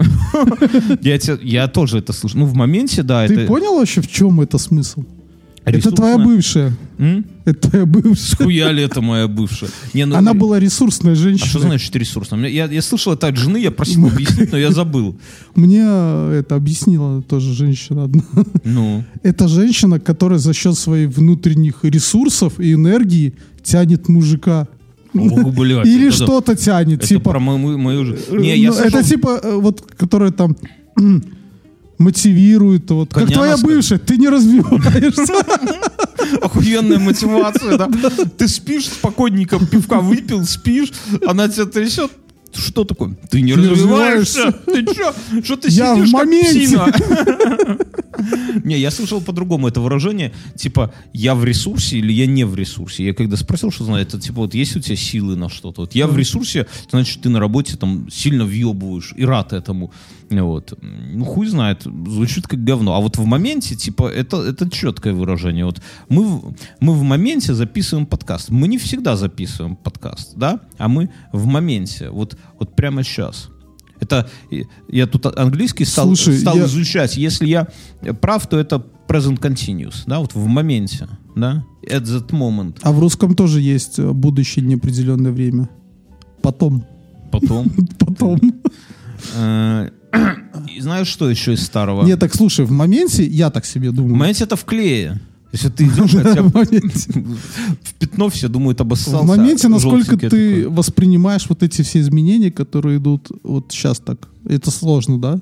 я, те, я тоже это слышу. Ну, в моменте, да. Ты это... понял вообще, в чем это смысл? Ресурсная? Это твоя бывшая. М? Это твоя бывшая. Схуя ли это моя бывшая? Не, ну... Она была ресурсная женщина. А что значит ресурсная? Я, я слышал это от жены, я просил объяснить, но я забыл. Мне это объяснила тоже женщина одна. Ну? Это женщина, которая за счет своих внутренних ресурсов и энергии тянет мужика. Ох, блядь, или это, что-то тянет. Это типа, про мою, мою же... Не, я ну, слышал... Это типа, вот, которая там мотивирует. Вот, как твоя бывшая, ты не развиваешься. Охуенная мотивация, да? Ты спишь, спокойненько пивка выпил, спишь, она тебя трясет. Что такое? Ты не ты развиваешься. Ты что? Что ты я сидишь в моменте. как псина? Не, я слышал по-другому это выражение, типа, я в ресурсе или я не в ресурсе. Я когда спросил, что знает, это типа, вот есть у тебя силы на что-то. Вот я в ресурсе, значит, ты на работе там сильно въебываешь и рад этому. Вот. Ну, хуй знает, звучит как говно. А вот в моменте, типа, это, это четкое выражение. Вот мы, в, мы в моменте записываем подкаст. Мы не всегда записываем подкаст, да? А мы в моменте, вот, вот прямо сейчас. Это я тут английский стал, Слушай, стал я... изучать. Если я прав, то это present continuous, да, вот в моменте, да, at that moment. А в русском тоже есть будущее неопределенное время. Потом. Потом. Потом. И знаешь, что еще из старого? Нет, так слушай, в моменте я так себе думаю. В моменте это в клее. Если ты идешь, хотя бы в пятно все думают обоссался. В моменте, насколько ты воспринимаешь вот эти все изменения, которые идут вот сейчас так. Это сложно, да?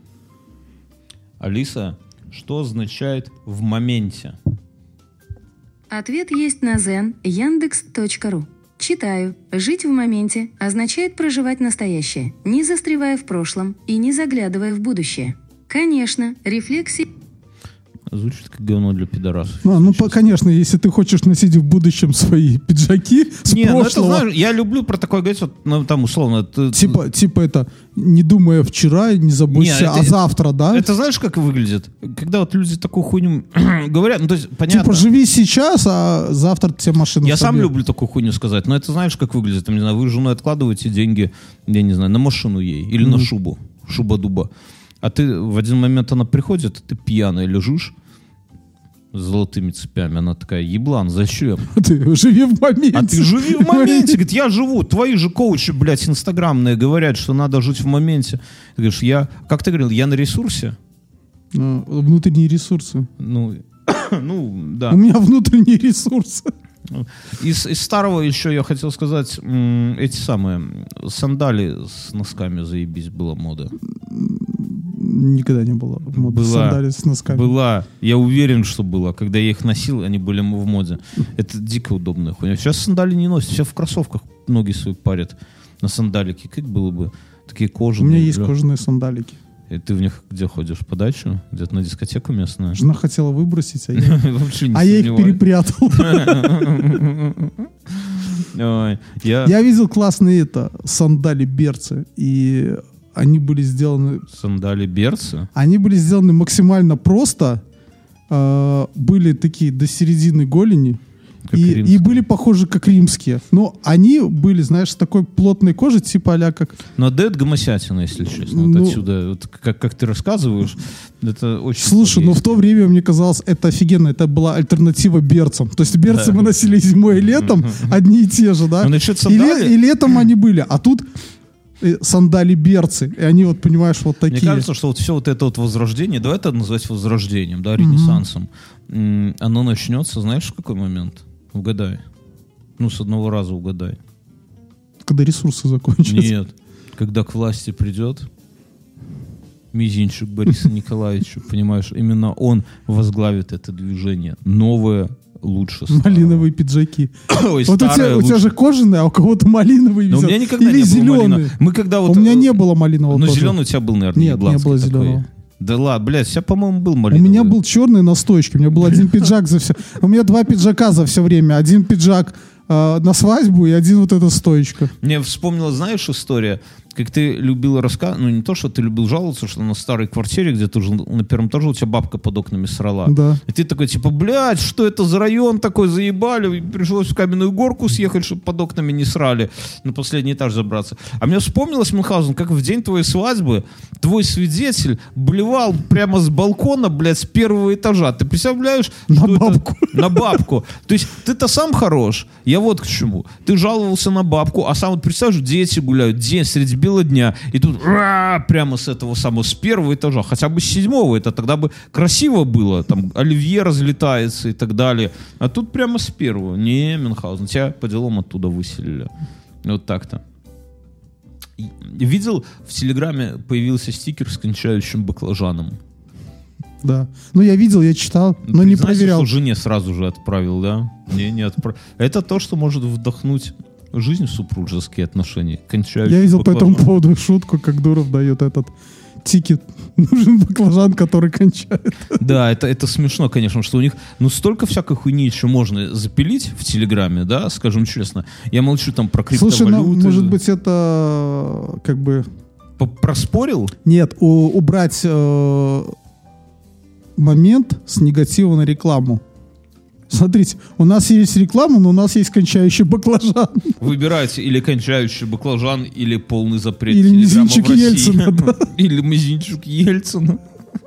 Алиса, что означает в моменте? Ответ есть на зен яндекс точка ру. Читаю. Жить в моменте означает проживать настоящее, не застревая в прошлом и не заглядывая в будущее. Конечно, рефлексия... Звучит как говно для пидорасов. А, ну, по, конечно, если ты хочешь носить в будущем свои пиджаки с не, прошлого... Ну это, знаешь, я люблю про такое говорить, вот, ну, там, условно... Ты, типа, типа это, не думая вчера, не заботься не, это, о завтра, да? Это знаешь, как выглядит? Когда вот люди такую хуйню говорят, ну, то есть, понятно... Типа, живи сейчас, а завтра тебе машину Я собьет. сам люблю такую хуйню сказать, но это знаешь, как выглядит? Там, не знаю, вы с женой откладываете деньги, я не знаю, на машину ей или mm-hmm. на шубу, шуба-дуба. А ты в один момент она приходит, ты пьяный лежишь, с золотыми цепями. Она такая, еблан, зачем? Ты живи в моменте. А ты живи в моменте. Говорит, я живу. Твои же коучи, блядь, инстаграмные говорят, что надо жить в моменте. Ты говоришь, я... Как ты говорил, я на ресурсе? А, внутренние ресурсы. Ну, ну, да. У меня внутренние ресурсы. Из, из старого еще я хотел сказать, эти самые сандали с носками, заебись, была мода. никогда не было моды Была. сандали с носками. Была. Я уверен, что была. Когда я их носил, они были в моде. Это дико удобная хуйня. Сейчас сандали не носят. Все в кроссовках ноги свои парят на сандалики. Как было бы? Такие У кожаные. меня есть бля. кожаные сандалики. И ты в них где ходишь? По даче? Где-то на дискотеку местную? Жена хотела выбросить, а я, Вообще не а я их сомневаюсь. перепрятал. Ой, Я Я видел классные это сандали берцы, и они были сделаны, сандали берцы. они были сделаны максимально просто, э, были такие до середины голени. Как И, римские. и были похожи как римские. Но они были, знаешь, с такой плотной кожей, типа а-ля как... Но да, это гомосятина, если честно. Ну, вот отсюда, вот как, как ты рассказываешь, это очень... Слушай, ну в то время мне казалось, это офигенно. Это была альтернатива берцам. То есть берцы Да. мы носили зимой и летом, одни и те же, да? Ну, насчет И, ле- сандали- и летом они были. А тут э, сандали берцы. И они вот, понимаешь, вот Мне такие. кажется, что вот все вот это вот возрождение, давай это называть возрождением, да, ренессансом, м, оно начнется, знаешь, в какой момент? Угадай. Ну, с одного раза угадай. Когда ресурсы закончатся. Нет. Когда к власти придет мизинчик Бориса Николаевича, понимаешь, именно он возглавит это движение. Новое лучше старого. Малиновые пиджаки. Ой, Вот у тебя, старое у тебя лучше. же кожаные, а у кого-то малиновые Но у везет. меня никогда Или не было зеленые. малинового. Мы когда вот... У меня э, не было малинового Ну, тоже. зеленый у тебя был, наверное, Нет, не ебланский было такой. зеленого. Да ладно, блядь, у тебя, по-моему, был У малиновый. меня был черный на стойке. У меня был один пиджак за все. У меня два пиджака за все время. Один пиджак э, на свадьбу и один вот эта стоечка. Мне вспомнила, знаешь, история, как ты любил рассказывать, ну не то, что ты любил жаловаться, что на старой квартире, где ты жил на первом этаже, у тебя бабка под окнами срала. Да. И ты такой, типа, блядь, что это за район такой, заебали, и пришлось в Каменную Горку съехать, чтобы под окнами не срали, на последний этаж забраться. А мне вспомнилось, Мюнхгаузен, как в день твоей свадьбы твой свидетель блевал прямо с балкона, блядь, с первого этажа. Ты представляешь? На что это- бабку. На бабку. То есть ты-то сам хорош. Я вот к чему. Ты жаловался на бабку, а сам вот представляешь, дети гуляют день среди бела дня, и тут ра, прямо с этого самого, с первого этажа, хотя бы с седьмого, это тогда бы красиво было, там оливье разлетается и так далее. А тут прямо с первого. Не, Мюнхгаузен, тебя по делам оттуда выселили. Вот так-то. И- Видел, в Телеграме появился стикер с кончающим баклажаном. Да. Ну, я видел, я читал, но не Признайся, проверял. что жене сразу же отправил, да? Не, не отправил. Это то, что может вдохнуть жизнь в супружеские отношения. Кончающий Я видел по этому баклажан. поводу шутку, как Дуров дает этот тикет. Нужен баклажан, который кончает. Да, это, это смешно, конечно, что у них ну столько всякой хуйни еще можно запилить в Телеграме, да, скажем честно. Я молчу там про Слушай, ну, криптовалюты. может быть, это как бы... П- Проспорил? Нет, у- убрать э, момент с негатива на рекламу. Смотрите, у нас есть реклама, но у нас есть кончающий баклажан. Выбирайте или кончающий баклажан, или полный запрет Или Телеграма мизинчик в России. Ельцина, да. Или мизинчик Ельцина.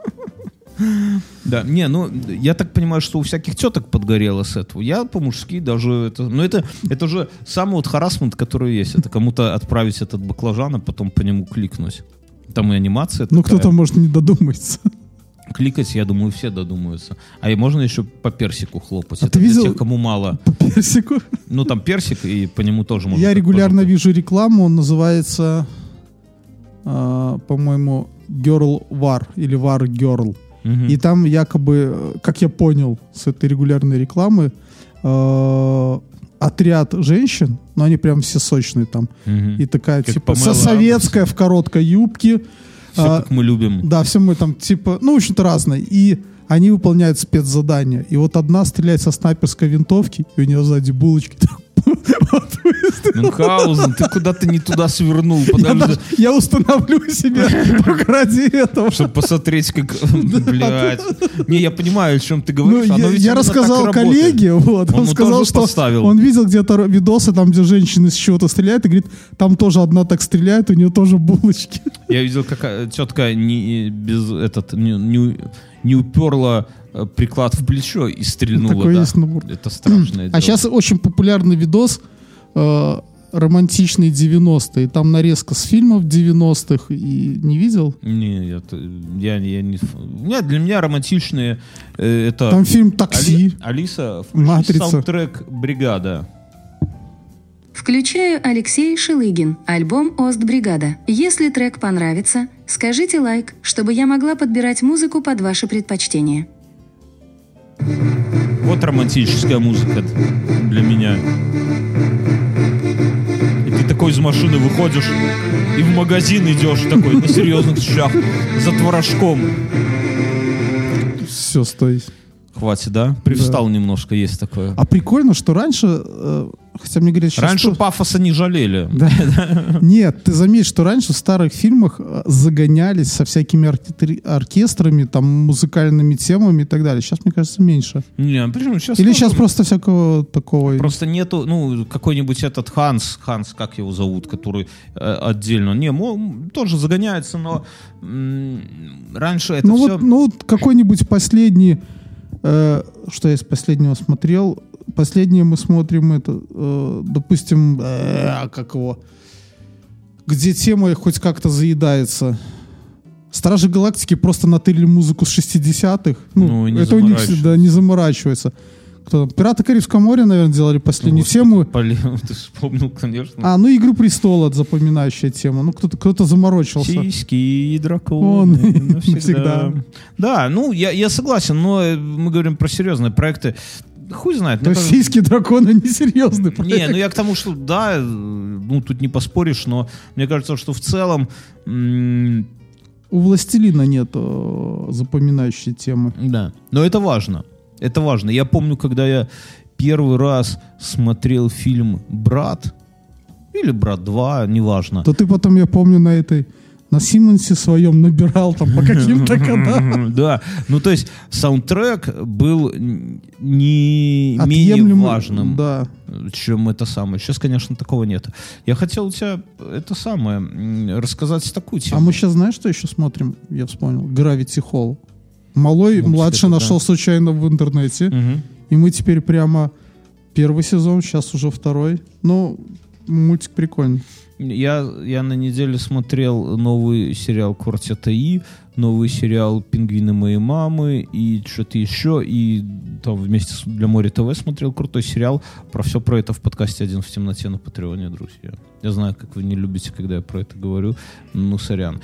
Да, не, ну, я так понимаю, что у всяких теток подгорело с этого. Я по-мужски даже это... Ну, это, это же самый вот харассмент, который есть. Это кому-то отправить этот баклажан, а потом по нему кликнуть. Там и анимация Ну, такая. кто-то, может, не додумается. Кликать, я думаю, все додумаются. А и можно еще по персику хлопать. А Это ты для видел- тех, кому мало. По персику. Ну, там персик, и по нему тоже можно... Я так регулярно пожалуй. вижу рекламу, он называется, э, по-моему, Girl War или War Girl. Мгм. И там якобы, э, как я понял с этой регулярной рекламы, э, отряд женщин, но они прям все сочные там. Мгм. И такая, Как типа, Памела со- советская в короткой юбке. Все, А, как мы любим. Да, все мы там, типа, ну, в общем-то, разные. И они выполняют спецзадания. И вот одна стреляет со снайперской винтовки, и у нее сзади булочки. Вот выстрел. Мюнхгаузен, ты куда-то не туда свернул. Я, Подожди. даже- я установлю себе только ради этого. Чтобы посмотреть, как... Блядь. Не, я понимаю, о чем ты Ну, говоришь. я, Оно ведь я именно рассказал так и работает. коллеге, вот, он, Он ему сказал, тоже что поставил. он видел где-то р- видосы, там, где женщины с чего-то стреляют, и говорит, там тоже одна так стреляет, у нее тоже булочки. Я видел, как тетка не, без этот, не, не, не уперла э, приклад в плечо и стрельнула. Такой да. есть набор. Это страшное дело. А сейчас очень популярный видос э, романтичные девяностые. Там нарезка с фильмов девяностых. И не видел? Не, я, т- я, я не... У меня, для меня романтичные э, это... Там фильм «Такси». Али- Алиса, включи «Матрица». саундтрек «Бригада». Включаю Алексей Шелыгин, альбом «Остбригада». Если трек понравится, скажите лайк, чтобы я могла подбирать музыку под ваши предпочтения. Вот романтическая музыка для меня. И ты такой из машины выходишь и в магазин идешь такой на серьезных щах за творожком. Все, стой. Хватит, да? Привстал да. немножко, есть такое. А прикольно, что раньше, э, хотя мне говорят, сейчас... Раньше что... пафоса не жалели. Да. Нет, ты заметь, что раньше в старых фильмах загонялись со всякими ор- оркестрами, там, музыкальными темами и так далее. Сейчас, мне кажется, меньше. Не, почему? Сейчас Или тоже... сейчас просто всякого такого... Просто нету, ну, какой-нибудь этот Ханс, Ханс, как его зовут, который э, отдельно, не, мо, тоже загоняется, но м- раньше это ну, все... Вот, ну, вот какой-нибудь последний... Э, что я из последнего смотрел? Последнее мы смотрим это, э, допустим, э, как его, где тема хоть как-то заедается. Стражи Галактики просто натырили музыку с шестидесятых. Ну, ну это у них всегда не заморачивается. Кто там? Пираты Карибского моря, наверное, делали последнюю Господи, тему. Полин, ты вспомнил, конечно. А, ну «Игры престолов» запоминающая тема. Ну, кто-то, кто-то заморочился. Сиськи и драконы Он навсегда. Да, ну, я, я согласен, но мы говорим про серьезные проекты. Хуй знает. То есть сиськи дракона несерьезный проект. Не, ну я к тому, что да, ну тут не поспоришь, но мне кажется, что в целом... М- У «Властелина» нет э, запоминающей темы. Да, но это важно. Это важно. Я помню, когда я первый раз смотрел фильм «Брат», или «Брат два», неважно. То ты потом, я помню, на этой, на Симмонсе своем набирал там по каким-то годам. Да, ну то есть саундтрек был не менее важным, чем это самое. Сейчас, конечно, такого нет. Я хотел у тебя это самое рассказать такую тему. А мы сейчас знаешь, что еще смотрим? Я вспомнил. «Gravity Hall». Малой, ну, младший это, нашел да. случайно в интернете. Угу. И мы теперь прямо первый сезон, сейчас уже второй. Ну, мультик прикольный. Я, я на неделе смотрел новый сериал «Квартета И», новый сериал «Пингвины моей мамы» и что-то еще. И там вместе с «Для моря ТВ» смотрел крутой сериал. Про все про это в подкасте «Один в темноте» на Патреоне, друзья. Я знаю, как вы не любите, когда я про это говорю. Ну, сорян.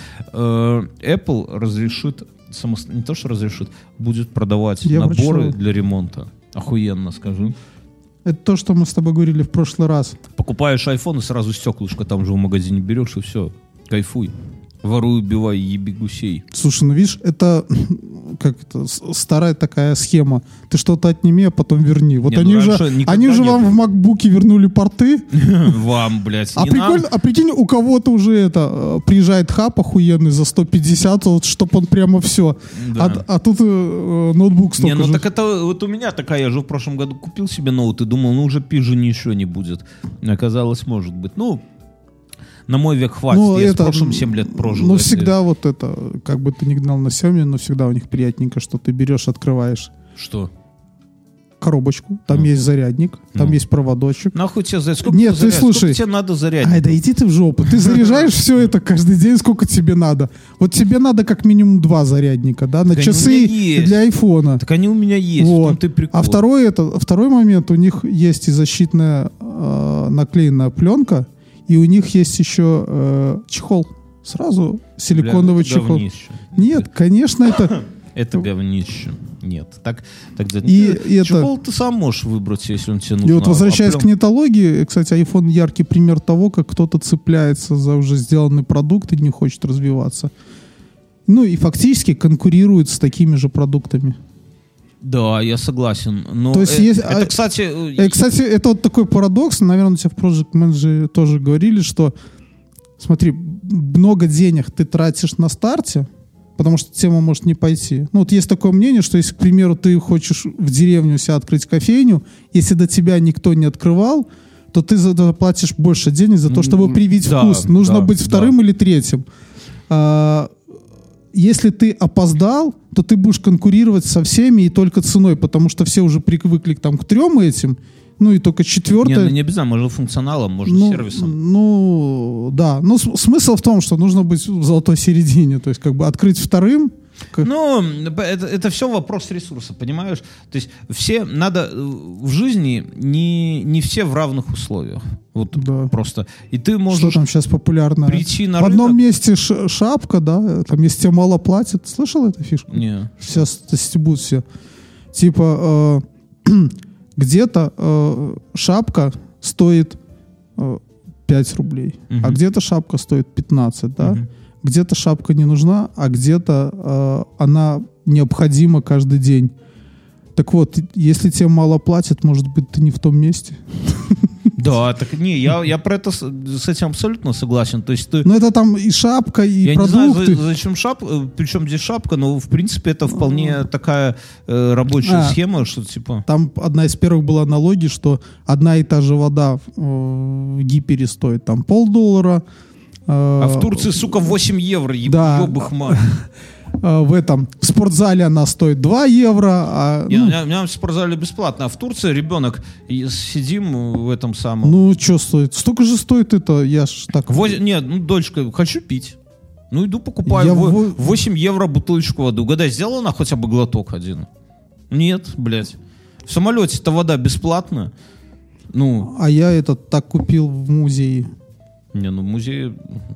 Apple разрешит Самост... не то, что разрешит, будет продавать Я наборы прочитал. для ремонта. Охуенно, скажи. Это то, что мы с тобой говорили в прошлый раз. Покупаешь iPhone и сразу стеклышко там же в магазине берешь, и все. Кайфуй. Воруй, убивай, еби гусей. Слушай, ну видишь, это как это старая такая схема. Ты что-то отними, а потом верни. Вот не, они ну же, они же вам в макбуке вернули порты. Вам, блядь, а прикольно, а прикинь, у кого-то уже это приезжает хаб охуенный за сто пятьдесят, вот, чтоб он прямо все. Да. А, а тут э, ноутбук столько Не, ну же. так это вот у меня такая, я же в прошлом году купил себе ноут и думал, ну уже пизже ничего не будет. Оказалось, может быть. Ну, на мой век хватит, ну, я это, с прошлым семь лет прожил. Ну, это... всегда вот это, как бы ты ни гнал на Семе, но всегда у них приятненько, что ты берешь, открываешь Что? коробочку, там Ну. есть зарядник, там Ну. есть проводочек. Нахуй тебе зарядить? Сколько Нет, тебе ты зарядить? слушай. Сколько тебе надо зарядить? Ай, да иди ты в жопу. Ты заряжаешь все это каждый день, сколько тебе надо. Вот тебе надо как минимум два зарядника, да, на Так они часы у меня есть. для айфона. Так они у меня есть, в Вот. том-то и прикол. А второй, это, второй момент, у них есть и защитная э, наклеенная пленка, и у них есть еще э, чехол. Сразу силиконовый Бля, это чехол. говнище. Нет, конечно, это... Это говнище. Нет. Так, так за- И- ты- и это- чехол ты сам можешь выбрать, если он тебе нужен. И вот возвращаясь А к прям- нетологии, кстати, iPhone яркий пример того, как кто-то цепляется за уже сделанный продукт и не хочет развиваться. Ну и фактически конкурирует с такими же продуктами. Да, я согласен. Но То есть э- есть- это, а- кстати... э, И, кстати, это вот такой парадокс. Наверное, тебе в Project Manager тоже говорили, что смотри, много денег ты тратишь на старте, потому что тема может не пойти. Ну вот есть такое мнение, что если, к примеру, ты хочешь в деревню у себя открыть кофейню, если до тебя никто не открывал, то ты заплатишь больше денег за то, чтобы привить да, вкус. Нужно да, быть вторым да. или третьим. А, если ты опоздал, то ты будешь конкурировать со всеми и только ценой, потому что все уже привыкли там, к трем этим, ну и только четвертое. Не, ну не обязательно, можно функционалом, можно ну, сервисом. Ну, да. Но с- смысл в том, что нужно быть в золотой середине. То есть, как бы открыть вторым, Ну, это, это все вопрос ресурса, понимаешь? То есть все надо в жизни не, не все в равных условиях. Вот Да. просто. И ты можешь Что там сейчас популярно? прийти на В одном рынок- месте ш- шапка, да, там если тебе мало платят. Слышал эту фишку? Не. Сейчас стебут все. Типа э, где-то э, шапка стоит э, пять рублей, Мгм. а где-то шапка стоит пятнадцать, да? Мгм. Где-то шапка не нужна, а где-то э, она необходима каждый день. Так вот, если тебе мало платят, может быть, ты не в том месте. Да, так не, я, я про это с, с этим абсолютно согласен. То есть ты. Но это там и шапка, и Я не знаю, продукты. за- зачем шапка, причем здесь шапка, но в принципе это вполне такая э, рабочая А. схема, что типа. Там одна из первых была аналогия, что одна и та же вода э, в Гипере стоит там полдоллара. э, А в Турции, сука, восемь евро, еб, Да. еб их мать. э, в этом в спортзале она стоит два евро. А, Не, ну, у меня, у меня в спортзале бесплатно, а в Турции ребенок, и сидим в этом самом. ну что стоит? Столько же стоит это, я ж так... Воз- Нет, ну, дочка, хочу пить. Ну, иду покупаю Я во- во- восемь евро бутылочку воды. Угадай, сделала она хотя бы глоток один? Нет, блядь. В самолете-то вода бесплатная. Ну, А я этот так купил в музее. не, ну в музее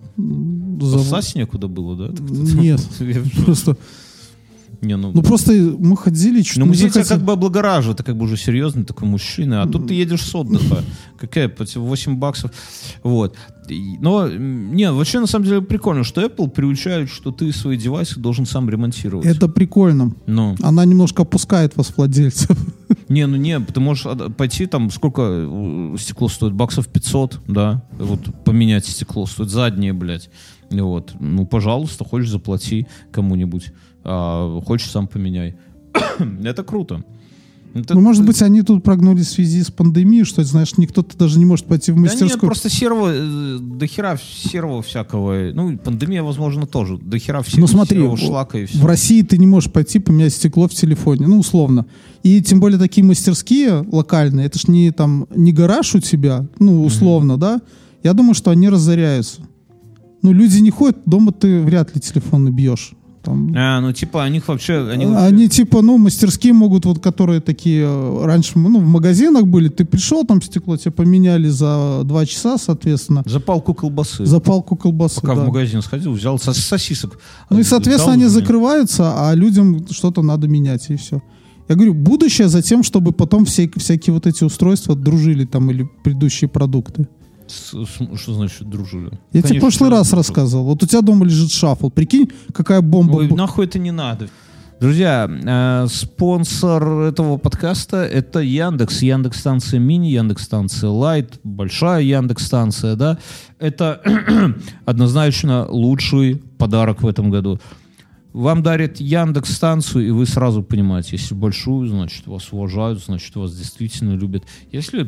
За- поссать некуда было, да? Нет, просто... Не, ну... Ну просто мы ходили, чуть Ну, не музей тебя захотели. как бы облагораживает, ты как бы уже серьезный такой мужчина, а тут ты едешь с отдыха. Какая, по тебе восемь баксов. Вот. И- Но, м, не, вообще на самом деле прикольно, что Apple приучает, что ты свои девайсы должен сам ремонтировать. Это прикольно. Ну, Она немножко опускает вас, владельцев. не, ну не, ты можешь от- пойти там, сколько э, стекло стоит? Баксов пятьсот, да? Вот поменять стекло стоит, заднее, блядь. И Вот. Ну, пожалуйста, хочешь, заплати кому-нибудь. А хочешь, сам поменяй. Это круто. Это- Ну, может быть, они тут прогнулись в связи с пандемией, что, знаешь, никто-то даже не может пойти в Да нет, мастерскую. просто серого, э, до хера серого всякого. Ну, и пандемия, возможно, тоже. До хера всего Ну смотри, серого в- шлака и все. в России ты не можешь пойти поменять стекло в телефоне, ну, условно. И тем более такие мастерские локальные, это ж не, там, не гараж у тебя, ну, условно, да? Я думаю, что они разоряются. Ну, люди не ходят, дома ты вряд ли телефон набьешь. Там. А, ну, типа, о них вообще... Они, Они, вообще- типа, ну, мастерские могут, вот, которые такие э, раньше, ну, в магазинах были, ты пришел, там стекло тебе поменяли за два часа, соответственно, За палку колбасы. за палку колбасы. Пока да. в магазин сходил, взял сос- сосисок. Ну и, соответственно, Дал они мне. закрываются, а людям что-то надо менять, и все. Я говорю, будущее за тем, чтобы потом все, всякие вот эти устройства дружили там или предыдущие продукты. С- с- Что значит дружили? Я тебе Конечно, в прошлый раз дружили. рассказывал. Вот у тебя дома лежит шафл. Прикинь, какая бомба. Ой, бу- нахуй это не надо. Друзья, э, спонсор этого подкаста — это Яндекс. Яндекс-станция Мини, Яндекс-станция Лайт, большая Яндекс-станция, да. Это однозначно лучший подарок в этом году. Вам дарят Яндекс-станцию, и вы сразу понимаете, если большую, значит, вас уважают, значит, вас действительно любят. Если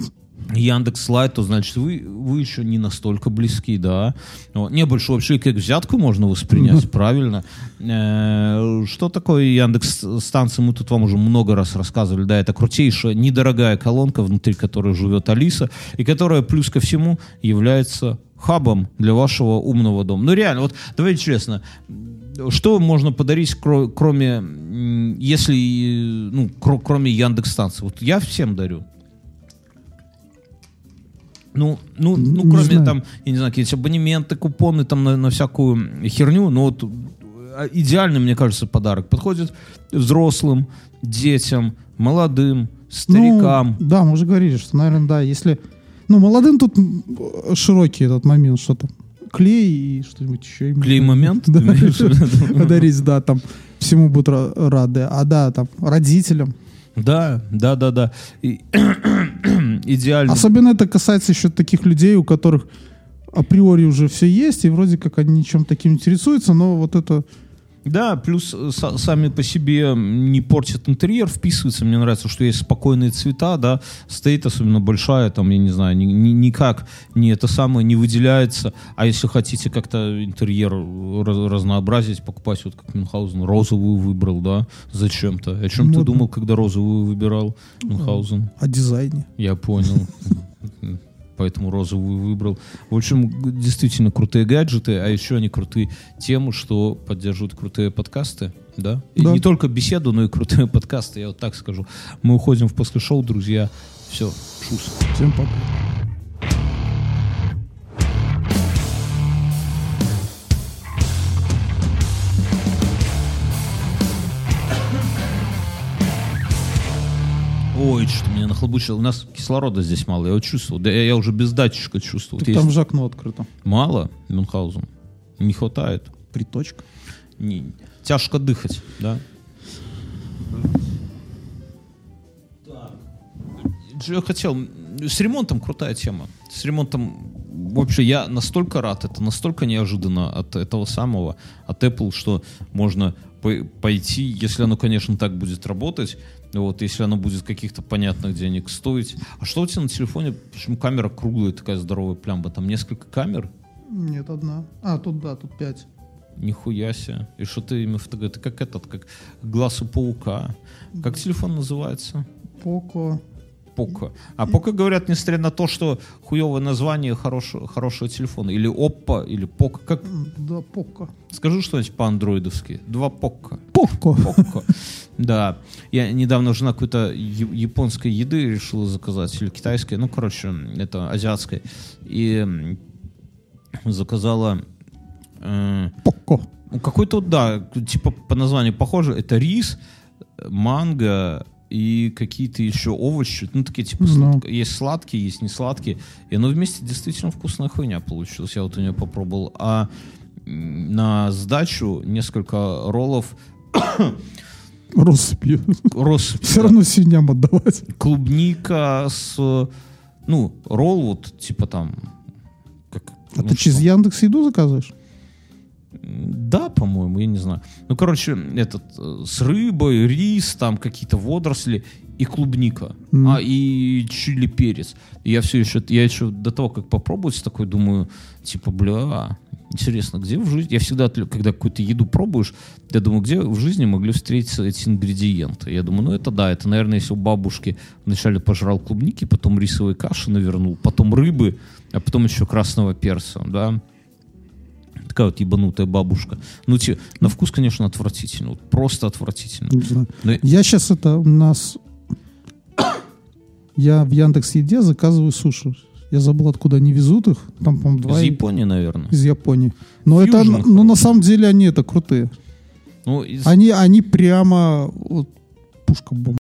Яндекс Лайт, то значит вы, вы еще не настолько близки, да. Вот. Не, больше вообще как взятку можно воспринять, правильно. Э, Что такое Яндекс-станция, мы тут вам уже много раз рассказывали, да, это крутейшая, недорогая колонка, внутри которой живет Алиса, и которая, плюс ко всему, является хабом для вашего умного дома. Ну реально, вот давайте честно, что можно подарить, кро- кроме, м, если, э, ну, кро- кроме Яндекс-станции? Вот я всем дарю. Ну, ну, ну Не кроме знаю. там, я не знаю, какие-то абонементы, купоны там на, на всякую херню, но вот э, идеальный, мне кажется, подарок. Подходит взрослым, детям, молодым, старикам. Ну, да, мы уже говорили, что, наверное, да, если... Ну, молодым тут м, широкий этот момент, что там, клей и что-нибудь еще. им Клей-момент? Да. ты имеешь в виду? Подарить, да, там, всему будут ра- рады. А да, там, родителям. Да, да, да, да. И- Идеально. Особенно это касается еще таких людей, у которых априори уже все есть, и вроде как они ничем таким интересуются, но вот это... Да, плюс э, са- сами по себе не портят интерьер, вписывается. Мне нравится, что есть спокойные цвета, да, стоит особенно большая, там, я не знаю, ни- ни- никак не это самое не выделяется. А если хотите как-то интерьер раз- разнообразить, покупать, вот как Мюнхгаузен розовую выбрал, да, зачем-то. О чем ты Модно. думал, когда розовую выбирал Мюнхгаузен? О дизайне. Я понял. поэтому розовую выбрал. В общем, действительно крутые гаджеты, а еще они крутые тем, что поддерживают крутые подкасты, да? И Да. не только беседу, но и крутые подкасты, я вот так скажу. Мы уходим в после-шоу, друзья. Все, шус. Всем пока. Ой, что меня нахлобучило. У нас кислорода здесь мало, я его чувствовал. Да я, я уже без датчика чувствовал. Так Вот там есть же окно открыто. мало Мюнхгаузен? Не хватает. Приточка. Не- тяжко дыхать, да? Что я хотел? С ремонтом крутая тема. С ремонтом вообще я настолько рад, это настолько неожиданно от этого самого, от Apple, что можно по- пойти, если оно, конечно, так будет работать, вот, если оно будет каких-то понятных денег стоить. А что у тебя на телефоне? Почему камера круглая, такая здоровая плямба? Там несколько камер? Нет, одна. А, тут да, тут пять. Нихуя себе. И что ты ими фотографируешь? Это как этот, как глаз у паука. Как телефон называется? Поко. Поко. А Поко, говорят, несмотря на то, что хуевое название хорошего, хорошего телефона. Или Oppo, или Поко. Как? Да, Поко. Скажи что-нибудь по-андроидовски. Два Поко. Поко. Поко. Да. Я недавно жена какой-то я- японской еды решила заказать. Или китайской. Ну, короче, это азиатской. И м, заказала... э, Поко. Ну, какой-то, вот, да, типа по названию похоже. Это рис, манго и какие-то еще овощи. Ну, такие, типа, Ну. слад- есть сладкие, есть не сладкие. И оно вместе действительно вкусная хуйня получилась. Я вот у нее попробовал. А м, на сдачу несколько роллов Россыпью. рос Все равно свиньям отдавать. клубника с... Ну, ролл вот, типа там... Как, А ну, ты через что? Яндекс еду заказываешь? Да, по-моему, я не знаю. Ну, короче, этот э, с рыбой, рис, там какие-то водоросли и клубника. Мгм. А, и чили перец. И я все еще, я еще до того, как попробовать, такой думаю, типа, бля, интересно, где в жизни... Я всегда, отли- когда какую-то еду пробуешь, я думаю, где в жизни могли встретиться эти ингредиенты. Я думаю, ну, это да, это, наверное, если у бабушки вначале пожрал клубники, потом рисовой каши навернул, потом рыбы, а потом еще красного перца, да. Такая вот ебанутая бабушка. Ну, те, на вкус, конечно, отвратительно. Вот просто отвратительно. Не знаю. Но- Я сейчас это у нас... Я в Яндекс Еде заказываю суши. Я забыл, откуда они везут их. Там, по-моему, два... Из Японии, наверное. Из Японии. Но Fusion это, ну, хороший. на самом деле, они это крутые. Ну, из- Они, они прямо вот, пушка бомба.